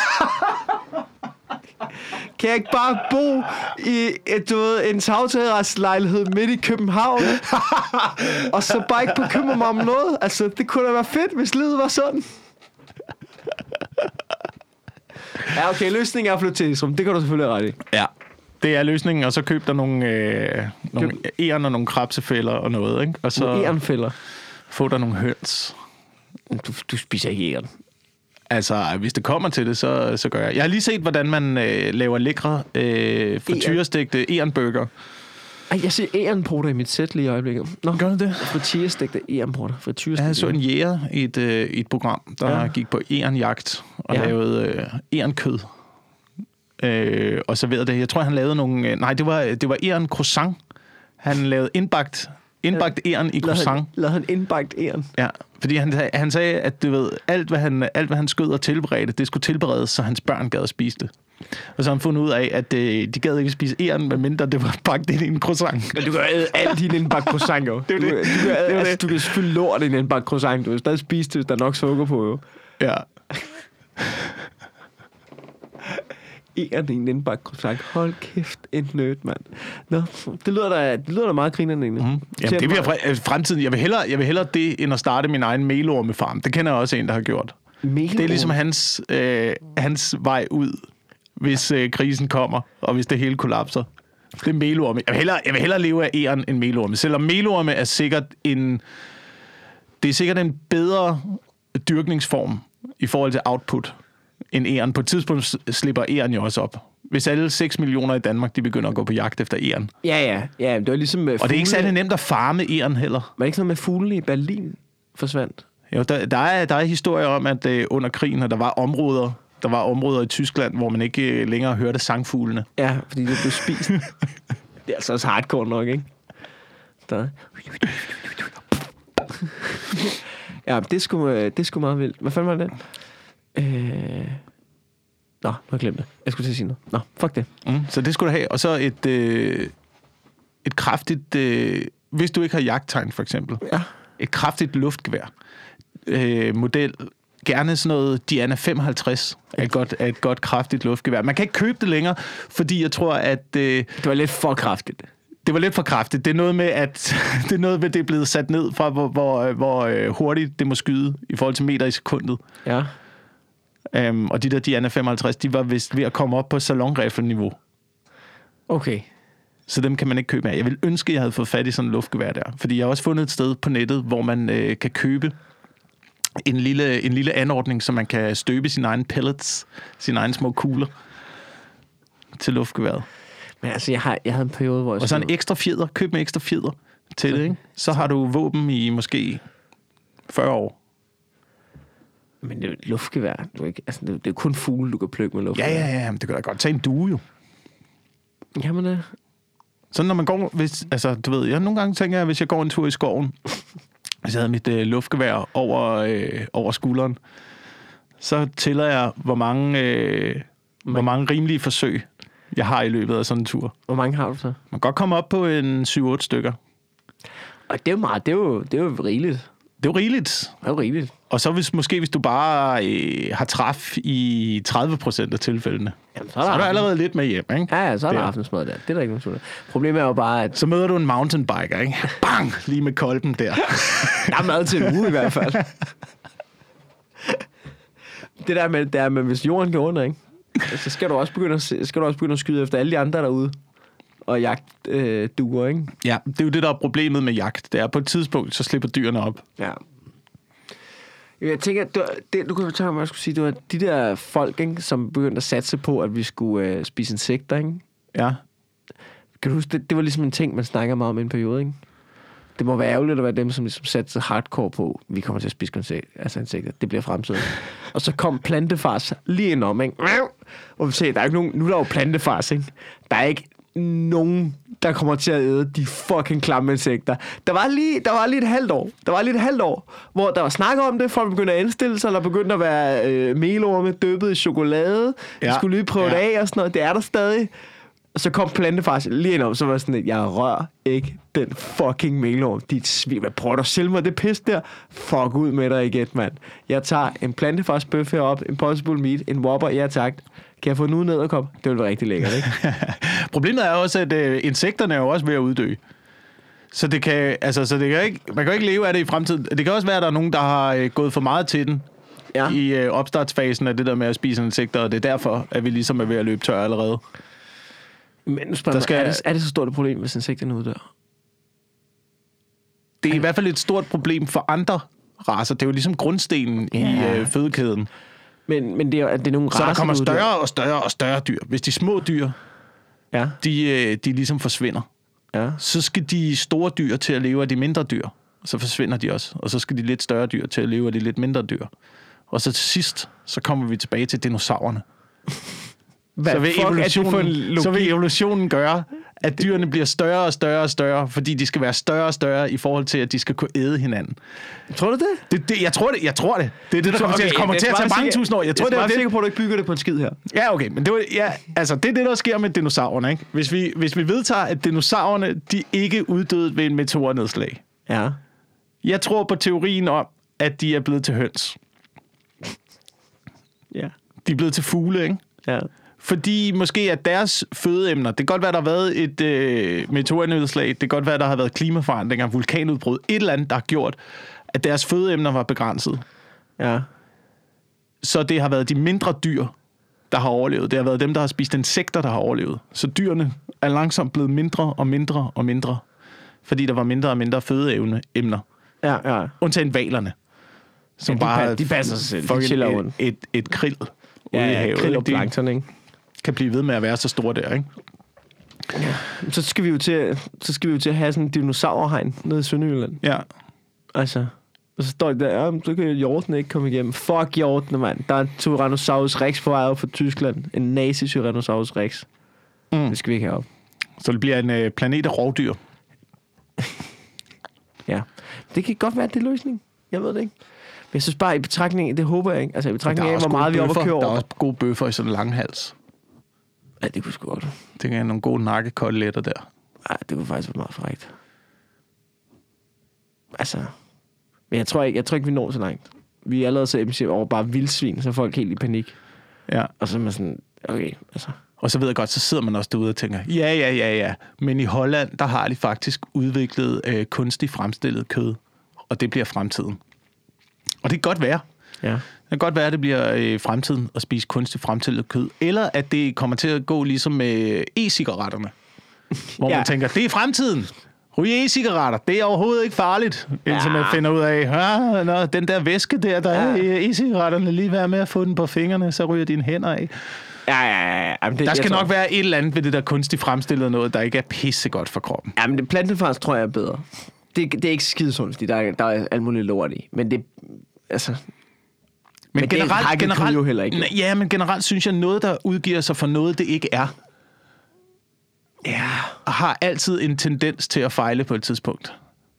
Kan jeg ikke bare bo i en tagterrasselejlighed midt i København? Og så bare ikke bekymre mig om noget? Altså, det kunne da være fedt, hvis livet var sådan. Ja, okay, løsningen er at flytte til Esrum. Det kan du selvfølgelig ret i. Ja, det er løsningen. Og så køb der nogle æren og nogle krabsefælder og noget, ikke? Og så ærenfælder. Få der nogle høns. Du spiser ikke æren. Altså, hvis det kommer til det, så gør jeg. Jeg har lige set, hvordan man laver lækre frityrestegte ærenburger. Ej, jeg ser ærenporter i mit sæt lige i øjeblikket. Nå, gør du det? Frityrestegte ærenporter. Jeg så en jæger i et program, der gik på ærenjagt og lavede ærenkød. Og serverede det. Jeg tror, han lavede nogle... Nej, det var æren croissant. Han lavede indbagt æren i croissant. Lavede han indbagt æren? Ja, fordi han sagde, at du ved, alt hvad han skød og tilberedte, det skulle tilberedes, så hans børn gad at spise det. Og så har han fundet ud af, at de gad ikke spise æren, medmindre det var bagt ind i en croissant. Men du kan æde alt din indbagt croissant, jo. Det er det. Du kan selvfølgelig lort i en indbagt croissant. Du kan stadig spise det, hvis der er nok sukker på, jo. Ja. Æren i en indbagt croissant. Hold kæft, en nerd, mand. Nå, det lyder da meget grinerende egentlig. Mm-hmm. Jamen, det bliver fremtiden. Jeg vil hellere det, end at starte min egen melormefarm. Det kender jeg også en, der har gjort. Det er ligesom hans vej ud, hvis krisen kommer, og hvis det hele kollapser. Det er melorme. Jeg vil hellere leve af æren end melorme. Selvom melorme er sikkert en bedre dyrkningsform i forhold til output end æren. På et tidspunkt slipper æren jo også op. Hvis alle 6 millioner i Danmark, de begynder at gå på jagt efter æren. Ja, det var ligesom med fugle. Og det er ikke særlig nemt at farme æren heller. Var det ikke sådan med fuglene i Berlin forsvandt? Jo, der er historier om, at under krigen, der var områder i Tyskland, hvor man ikke længere hørte sangfuglene. Ja, fordi det blev spist. Det er altså også hardcore nok, ikke? Der. Ja, det er sgu meget vildt. Hvad fanden var det? Nå, nu har jeg glemt det. Jeg skulle til at sige noget. Nå, fuck det. Så det skulle du have. Og så et kraftigt... hvis du ikke har jagttegn, for eksempel. Ja. Et kraftigt luftgevær. Model. Gerne sådan noget Diana 55 er et godt kraftigt luftgevær. Man kan ikke købe det længere, fordi jeg tror, at... det var lidt for kraftigt. Det var lidt for kraftigt. Det er noget med, at det er blevet sat ned fra, hvor hurtigt det må skyde i forhold til meter i sekundet. Ja. Og de der Diana 55, de var vist ved at komme op på salonrifle-niveau. Okay. Så dem kan man ikke købe af. Jeg vil ønske, at jeg havde fået fat i sådan en luftgevær der. Fordi jeg har også fundet et sted på nettet, hvor man kan købe en lille anordning, så man kan støbe sine egne pellets, sine egne små kugler til luftgeværet. Men altså, jeg havde en periode, hvor jeg... Og så en ekstra fjeder. Køb med ekstra fjeder til det, ikke? Så har du våben i måske 40 år. Men det er luftgevær. Det er kun fugle, du kan plukke med luftgevær. Ja, men det kan da godt tage en due, jo. Jamen det... Så når man går... du ved, nogle gange tænker jeg, hvis jeg går en tur i skoven, hvis jeg havde mit luftgevær over skulderen, så tæller jeg, hvor mange rimelige forsøg jeg har i løbet af sådan en tur. Hvor mange har du så? Man kan godt komme op på en 7-8 stykker. Og det er jo meget, det er jo rigeligt. Det er jo rigeligt. Det er jo rigeligt. Og så hvis du bare har træf i 30% af tilfældene, jamen, så er der allerede lidt med hjem, ikke? Ja, så er der aftensmad der. Det er der ikke nogen tvivl. Problemet er jo bare, at... Så møder du en mountainbiker, ikke? Bang! Lige med kolben der. Der er mad til en uge i hvert fald. Det der med, hvis jorden går under, ikke? Så skal du også begynde at skyde efter alle de andre derude. Og jagte duer, ikke? Ja, det er jo det, der er problemet med jagt. Det er på et tidspunkt, så slipper dyrene op. Ja. Jeg tænker, du kunne fortælle mig, jeg skulle sige, det var de der folk, ikke, som begyndte at satse på, at vi skulle spise insekter, ikke? Ja. Kan du huske, det var ligesom en ting, man snakker meget om i en periode, ikke? Det må være ærgerligt at være dem, som ligesom satte hardcore på, vi kommer til at spise insekter. Det bliver fremtiden. Og så kom plantefars lige indenom, ikke? hvor vi siger, der er ikke nogen, nu er der jo plantefars, ikke? Der er ikke nogen, der kommer til at æde de fucking klamme insekter. Der var lige et halvt år, hvor der var snak om det, folk begyndte at indstille sig, eller begyndte at være melorme dyppet i chokolade. De skulle lige prøve det af og sådan noget. Det er der stadig. Og så kom plantefars lige ind om, så var sådan lidt, jeg rører ikke den fucking melorm. Dit svin, hvad prøver du at sælge mig det pis der? Fuck ud med dig igen, mand. Jeg tager en plantefars bøf herop, Impossible Meat, en Whopper, ja tak. Kan jeg få den ud ned og komme? Det vil være rigtig lækkert, ikke? Problemet er også, at insekterne er jo også ved at uddø. Så det kan, man kan ikke leve af det i fremtiden. Det kan også være, at der er nogen, der har gået for meget til den i opstartsfasen af det der med at spise insekter, og det er derfor, at vi ligesom er ved at løbe tør allerede. Men nu spørger mig, er det så stort et problem, hvis insekterne uddør? Det er i hvert fald et stort problem for andre racer. Det er jo ligesom grundstenen i fødekæden. Men det er nogle racer, så der kommer større og større dyr. Hvis de små dyr, de ligesom forsvinder, så skal de store dyr til at leve af de mindre dyr. Så forsvinder de også. Og så skal de lidt større dyr til at leve af de lidt mindre dyr. Og så til sidst, så kommer vi tilbage til dinosaurerne. Så vil evolutionen gøre, at dyrene bliver større og større og større, fordi de skal være større og større i forhold til, at de skal kunne æde hinanden. Tror du det? Jeg tror det. Det er det, der kommer til at tage mange tusind år. Jeg er sikker på, at du ikke bygger det på en skid her. Ja, okay. Men det er det, der sker med dinosaurerne. Ikke? Hvis vi vedtager, at dinosaurerne, de ikke uddøde ved en meteornedslag. Ja. Jeg tror på teorien om, at de er blevet til høns. Ja. De er blevet til fugle, ikke? Ja. Fordi måske at deres fødeemner, det kan godt være, der har været et meteornedslag, det kan godt være, der har været klimaforandringer, vulkanudbrud, et eller andet, der har gjort, at deres fødeemner var begrænset. Ja. Så det har været de mindre dyr, der har overlevet. Det har været dem, der har spist insekter, der har overlevet. Så dyrene er langsomt blevet mindre og mindre og mindre, fordi der var mindre og mindre fødeemner. Ja. Undtagen hvalerne, som de passer sig selv. Et krill ude i havet. Krill og plankton, ikke? Kan blive ved med at være så store der, ikke? Ja. Så skal vi jo til at have sådan en dinosaurhegn nede i Sønderjylland. Ja. Altså, og så står det der, så kan hjorten ikke komme igennem. Fuck hjorten, mand. Der er en Tyrannosaurus Rex på vej op fra Tyskland. En nazi-Tyrannosaurus Rex. Det skal vi ikke have op. Så det bliver en planet af rovdyr. Ja. Det kan godt være, at det er løsning. Jeg ved det ikke. Men jeg synes bare, i betragtning, det håber jeg ikke. Altså i betragtning af, hvor meget vi er oppe at køre over. Der er også gode bøffer i sådan en lang hals. Ja, det kunne sgu godt. Det er nogle gode nakkekoteletter der. Ja, det kunne faktisk være meget frækt. Altså, men jeg tror ikke, vi når så langt. Vi er allerede så MC over bare vildsvin, så folk helt i panik. Ja. Og så er man sådan, okay, altså. Og så ved jeg godt, så sidder man også derude og tænker, ja. Men i Holland, der har de faktisk udviklet kunstigt fremstillet kød. Og det bliver fremtiden. Og det kan godt være. Ja. Det kan godt være, at det bliver fremtiden at spise kunstigt fremstillet kød. Eller at det kommer til at gå ligesom med e-cigaretterne. Hvor man tænker, det er fremtiden. Ryge e-cigaretter, det er overhovedet ikke farligt. Indtil man finder ud af, den der væske der er i e-cigaretterne, lige være med at få den på fingrene, så ryger dine hænder af. Ja. Jamen, der skal nok være et eller andet ved det der kunstigt fremstillet noget, der ikke er pissegodt for kroppen. Jamen, det plantefars tror jeg er bedre. Det er ikke skidesundt, fordi der er alt muligt lort i. Men det, altså... Men generelt jo heller ikke. Ja, men generelt synes jeg, noget, der udgiver sig for noget, det ikke er. Ja. Og har altid en tendens til at fejle på et tidspunkt.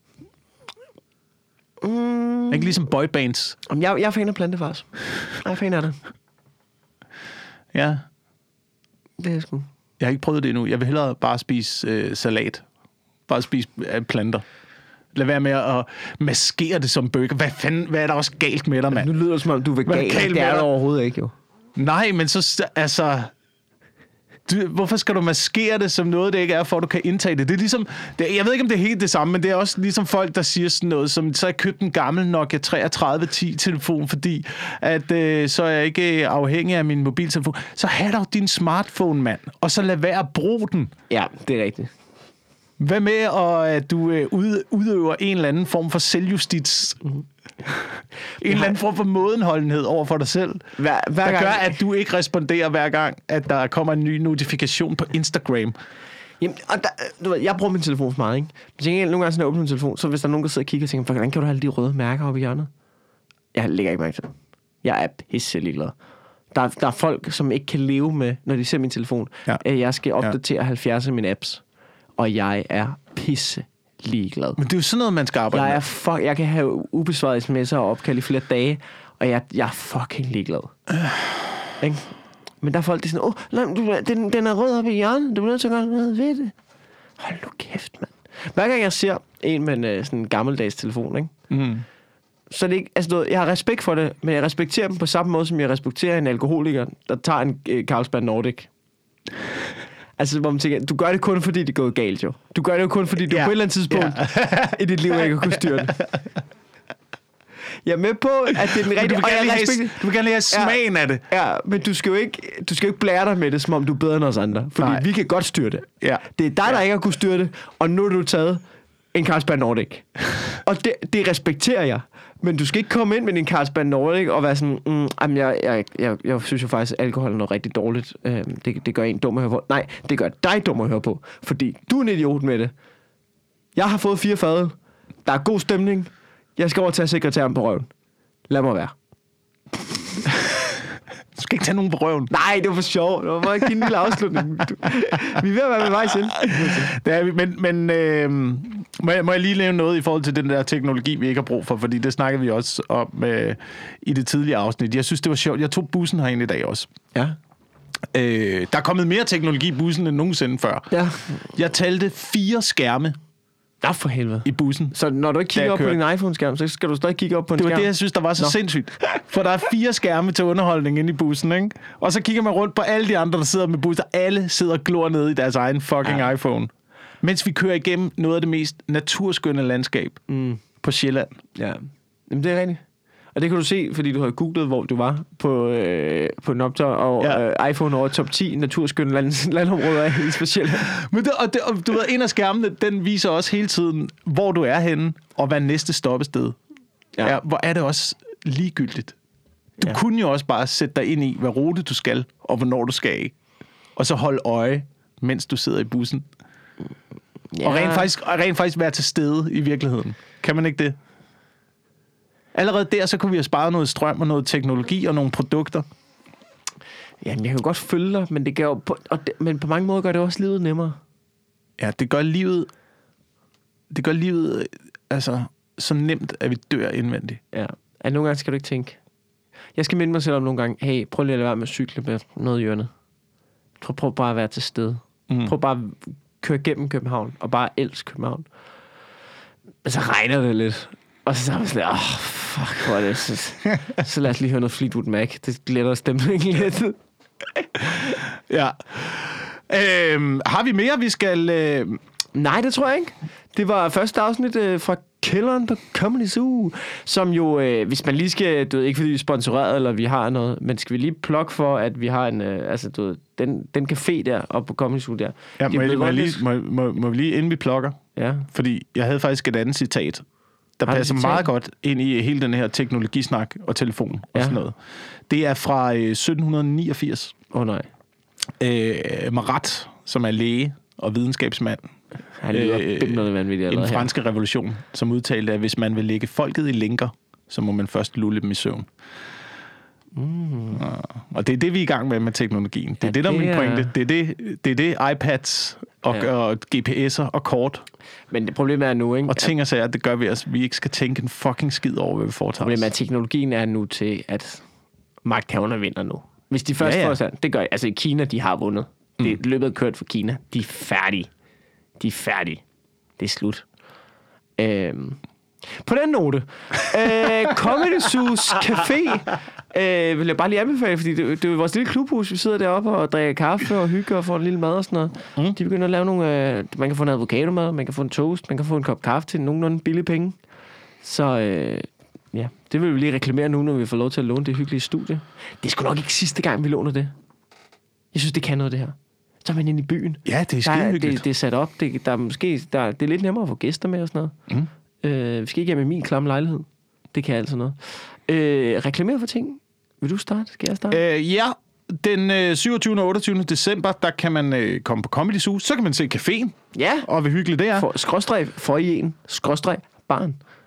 Ikke ligesom boybands. Jeg er fan af plantefars. Jeg er fan af det. Ja. Det er sgu. Jeg har ikke prøvet det endnu. Jeg vil hellere bare spise salat. Bare spise planter. Lad være med at maskere det som burger. Hvad er der også galt med dig, mand? Nu lyder det som om, du er vegan. Det er det overhovedet ikke, jo. Nej, men så, altså... Hvorfor skal du maskere det som noget, det ikke er, for at du kan indtage det? Det er ligesom... Jeg ved ikke, om det er helt det samme, men det er også ligesom folk, der siger sådan noget, som så har købt en gammel Nokia 3310-telefon, fordi at, så er jeg ikke afhængig af min mobiltelefon. Så have dog din smartphone, mand, og så lad være at bruge den. Ja, det er rigtigt. Hvad med, at du udøver en eller anden form for selvjustits? En eller anden form for mådenholdenhed over for dig selv, der gør, at du ikke responderer hver gang, at der kommer en ny notifikation på Instagram. Jamen, og jeg bruger min telefon for meget, ikke? Men nogle gange, når jeg åbner min telefon, så hvis der er nogen, der sidder og kigger og tænker, hvordan kan du have alle de røde mærker oppe i hjørnet? Jeg lægger ikke mærke til det. Jeg er pisse ligeglad. Der er folk, som ikke kan leve med, når de ser min telefon, at jeg skal opdatere 70 af mine apps. Og jeg er pisse ligeglad. Men det er jo sådan noget, man skal arbejde med. Jeg kan have ubesvarede sms'er og opkald i flere dage, og jeg er fucking ligeglad. Ikke? Men der er folk, der er sådan, den er rød oppe i hjørnet, du bliver nødt til at gøre noget ved det. Hold nu kæft, mand. Hver gang jeg ser en med sådan en gammeldags telefon, ikke? Så det ikke, altså, jeg har respekt for det, men jeg respekterer dem på samme måde, som jeg respekterer en alkoholiker, der tager en Carlsberg Nordic. Altså, hvor man tænker, du gør det kun, fordi det er gået galt, jo. Du gør det jo kun, fordi du på et eller andet tidspunkt i dit liv ikke har kunnet styre det. Jeg er med på, at det er den rigtige... Du vil gerne have smagen af det. Ja, men du skal jo ikke blære dig med det, som om du er bedre end os andre. Fordi vi kan godt styre det. Ja. Det er dig, der ikke har kunnet styre det, og nu har du taget en Carlsberg Nordic. Og det respekterer jeg. Men du skal ikke komme ind med din Carlsberg Nordic og være sådan, jeg synes jo faktisk, at alkohol er noget rigtig dårligt. Det gør en dum at høre på. Nej, det gør dig dum at høre på. Fordi du er en idiot med det. Jeg har fået 4 fadøl. Der er god stemning. Jeg skal over til sekretæren på røven. Lad mig være. Du skal ikke tage nogen på røven. Nej, det var for sjovt. Det var bare en lille afslutning. Vi er ved at være med vej til. Det er vi, men må jeg lige lave noget i forhold til den der teknologi, vi ikke har brug for? Fordi det snakkede vi også om i det tidlige afsnit. Jeg synes, det var sjovt. Jeg tog bussen herinde i dag også. Ja. Der er kommet mere teknologi i bussen end nogensinde før. Ja. Jeg talte 4 skærme. Ja, for helvede. I bussen. Så når du ikke kigger op på din iPhone-skærm, så skal du stadig kigge op på en skærm? Det var det, jeg synes, der var så sindssygt. For der er 4 skærme til underholdning inde i bussen, ikke? Og så kigger man rundt på alle de andre, der sidder med bussen, og alle sidder og glor ned i deres egen fucking iPhone. Mens vi kører igennem noget af det mest naturskønne landskab på Sjælland. Ja, jamen det er rigtigt. Og det kan du se, fordi du har googlet, hvor du var på en optag, og iPhone over top 10 naturskønne landområder i Sjælland. Men du ved, en af skærmene, den viser også hele tiden, hvor du er henne, og hvad næste stoppested. Ja, hvor er det også ligegyldigt. Du kunne jo også bare sætte dig ind i, hvad rute du skal, og hvornår du skal af. Og så holde øje, mens du sidder i bussen. Ja. Og rent faktisk være til stede i virkeligheden. Kan man ikke det? Allerede der, så kunne vi have sparet noget strøm og noget teknologi og nogle produkter. Jamen, jeg kan godt følge dig, men men på mange måder gør det også livet nemmere. Ja, det gør livet altså så nemt, at vi dør indvendigt. Ja, nogle gange skal du ikke tænke. Jeg skal minde mig selv om nogle gange, hey, prøv lige at lade være med at cykle med noget i hjørnet. Prøv bare at være til stede. Prøv bare at køre gennem København, og bare elske København. Men så regner det lidt. Og så er man sådan, fuck, hvor er det. Så lad os lige høre noget Fleetwood Mac. Det glæder stemningen lidt. Ja. Har vi mere, vi skal... Nej, det tror jeg ikke. Det var første afsnit fra kælderen på Comedy Zoo, som jo, hvis man lige skal, du ved, ikke fordi vi er sponsoreret, eller vi har noget, men skal vi lige plukke for, at vi har en, altså, du ved, den café der, oppe på Comedy Zoo der. Ja, må vi lige, inden vi plukker? Ja. Fordi jeg havde faktisk et andet citat, der passer meget godt ind i hele den her teknologisnak og telefon og sådan noget. Det er fra 1789. Nej. Marat, som er læge og videnskabsmand. Han lyder bimlende vanvittigt. I den franske revolution, som udtalte, at hvis man vil lægge folket i lænker, så må man først lulle dem i søvn. Og det er det, vi er i gang med teknologien. Det er det, der er min pointe. Det er det iPads og GPS'er og kort. Men det problemet er nu, ikke? Og ting og sager, det gør vi altså. Vi ikke skal tænke en fucking skid over, hvad vi foretager os. Problemet er, at teknologien er nu til, at magthaverne vinder nu. Hvis de først får sådan, det gør altså i Kina, de har vundet. Det løbet er kørt for Kina. De er færdige. Det er slut. På den note, Comedy Zoo's Café vil jeg bare lige anbefale, fordi det er vores lille klubhus. Vi sidder deroppe og drikker kaffe og hygger og får en lille mad og sådan noget. De begynder at lave nogle... man kan få en avocado-mad, man kan få en toast, man kan få en kop kaffe til nogenlunde billige penge. Så det vil vi lige reklamere nu, når vi får lov til at låne det hyggelige studie. Det er sgu nok ikke sidste gang, vi låner det. Jeg synes, det kan noget, det her. Så er man inde i byen. Ja, det er skidehyggeligt. Det er sat op. Det er lidt nemmere at få gæster med og sådan noget. Vi skal ikke have med min klamme lejlighed. Det kan altså noget. Reklamere for ting. Vil du starte? Skal jeg starte? Ja. Den 27. og 28. december, der kan man komme på Comedy Zoo. Så kan man se caféen. Ja. Og hvor hyggeligt det er. Skråstreg barn.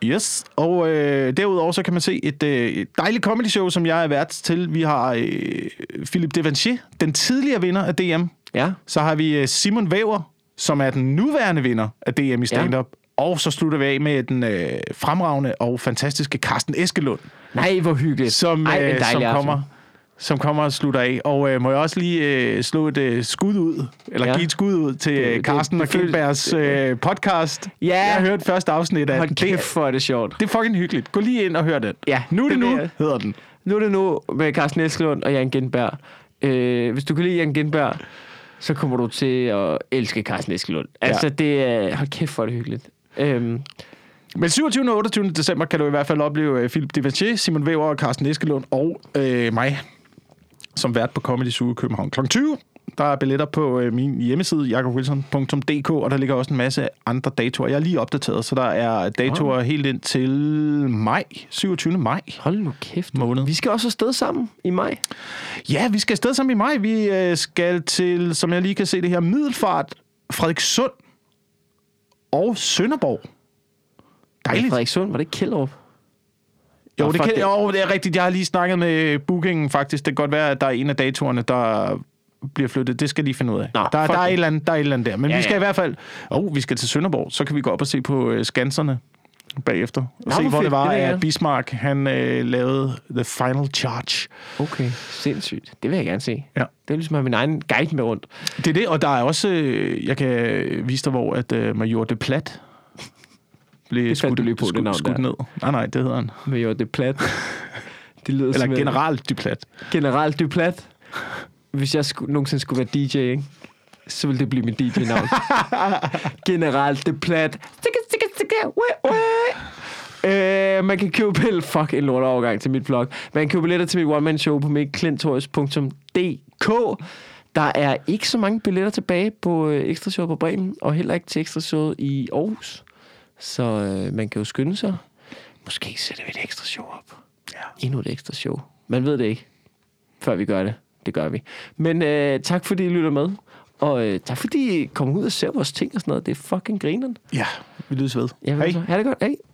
Yes, og derudover så kan man se et dejligt comedy show, som jeg er vært til. Vi har Philippe Devanché, den tidligere vinder af DM. Ja. Så har vi Simon Væver, som er den nuværende vinder af DM i stand-up. Ja. Og så slutter vi af med den fremragende og fantastiske Carsten Eskelund. Nej, hvor hyggeligt. Som kommer og slutter af. Og må jeg også lige slå et skud ud, eller give et skud ud til Carsten og Gindbergs podcast. Ja. Jeg har hørt første afsnit af den. Hold kæft, for det sjovt. Det er fucking hyggeligt. Gå lige ind og hør den. Ja. Nu er det nu, hedder den. Nu er det nu med Carsten Eskelund og Jan Gindberg. Hvis du kan lide Jan Gindberg, så kommer du til at elske Carsten Eskelund. Altså, det er... Hold kæft, for det hyggeligt. Men 27. og 28. december kan du i hvert fald opleve Philippe Devanché, Simon Væver og Carsten Eskelund og mig som vært på Comedy Zoo i København kl. 20. Der er billetter på min hjemmeside, jakobwilson.dk, og der ligger også en masse andre datoer. Jeg er lige opdateret, så der er datoer helt ind til maj, 27. maj. Hold nu kæft. Måned. Vi skal også afsted sammen i maj. Ja, vi skal afsted sammen i maj. Vi skal til, som jeg lige kan se det her, Middelfart, Frederikssund og Sønderborg. Dejligt. Frederikssund, var det ikke Kjellerup? Jo, det er rigtigt. Jeg har lige snakket med bookingen faktisk. Det kan godt være, at der er en af datorerne, der bliver flyttet. Det skal de finde ud af. Der er et eller andet der. Men vi skal i hvert fald... vi skal til Sønderborg. Så kan vi gå op og se på skanserne bagefter. Og se, hvor det var, at Bismarck, han lavede The Final Charge. Okay, sindssygt. Det vil jeg gerne se. Ja. Det er ligesom at have min egen guide med rundt. Det er det, og der er også... jeg kan vise dig, hvor at Major de Plat blev skudt ned. Nej, det hedder han. Major de Plat. Det lyder eller General Duplat. General Duplat. Hvis jeg nogensinde skulle være DJ, ikke? Så ville det blive mit DJ-navn. General Duplat. Man kan købe billetter. Fuck, en lorteovergang til mit blog. Man kan købe billetter til mit one-man-show på mikkelklintorius.dk. Der er ikke så mange billetter tilbage på Ekstrashowet på Bremen, og heller ikke til Ekstrashowet i Aarhus. Så man kan jo skynde sig. Måske sætter vi et ekstra show op. Ja. Endnu et ekstra show. Man ved det ikke, før vi gør det. Det gør vi. Men tak fordi I lytter med. Og tak fordi I kommer ud og ser vores ting og sådan noget. Det er fucking grineren. Ja, vi lyttes ved. Ja, ha' det godt. Hej.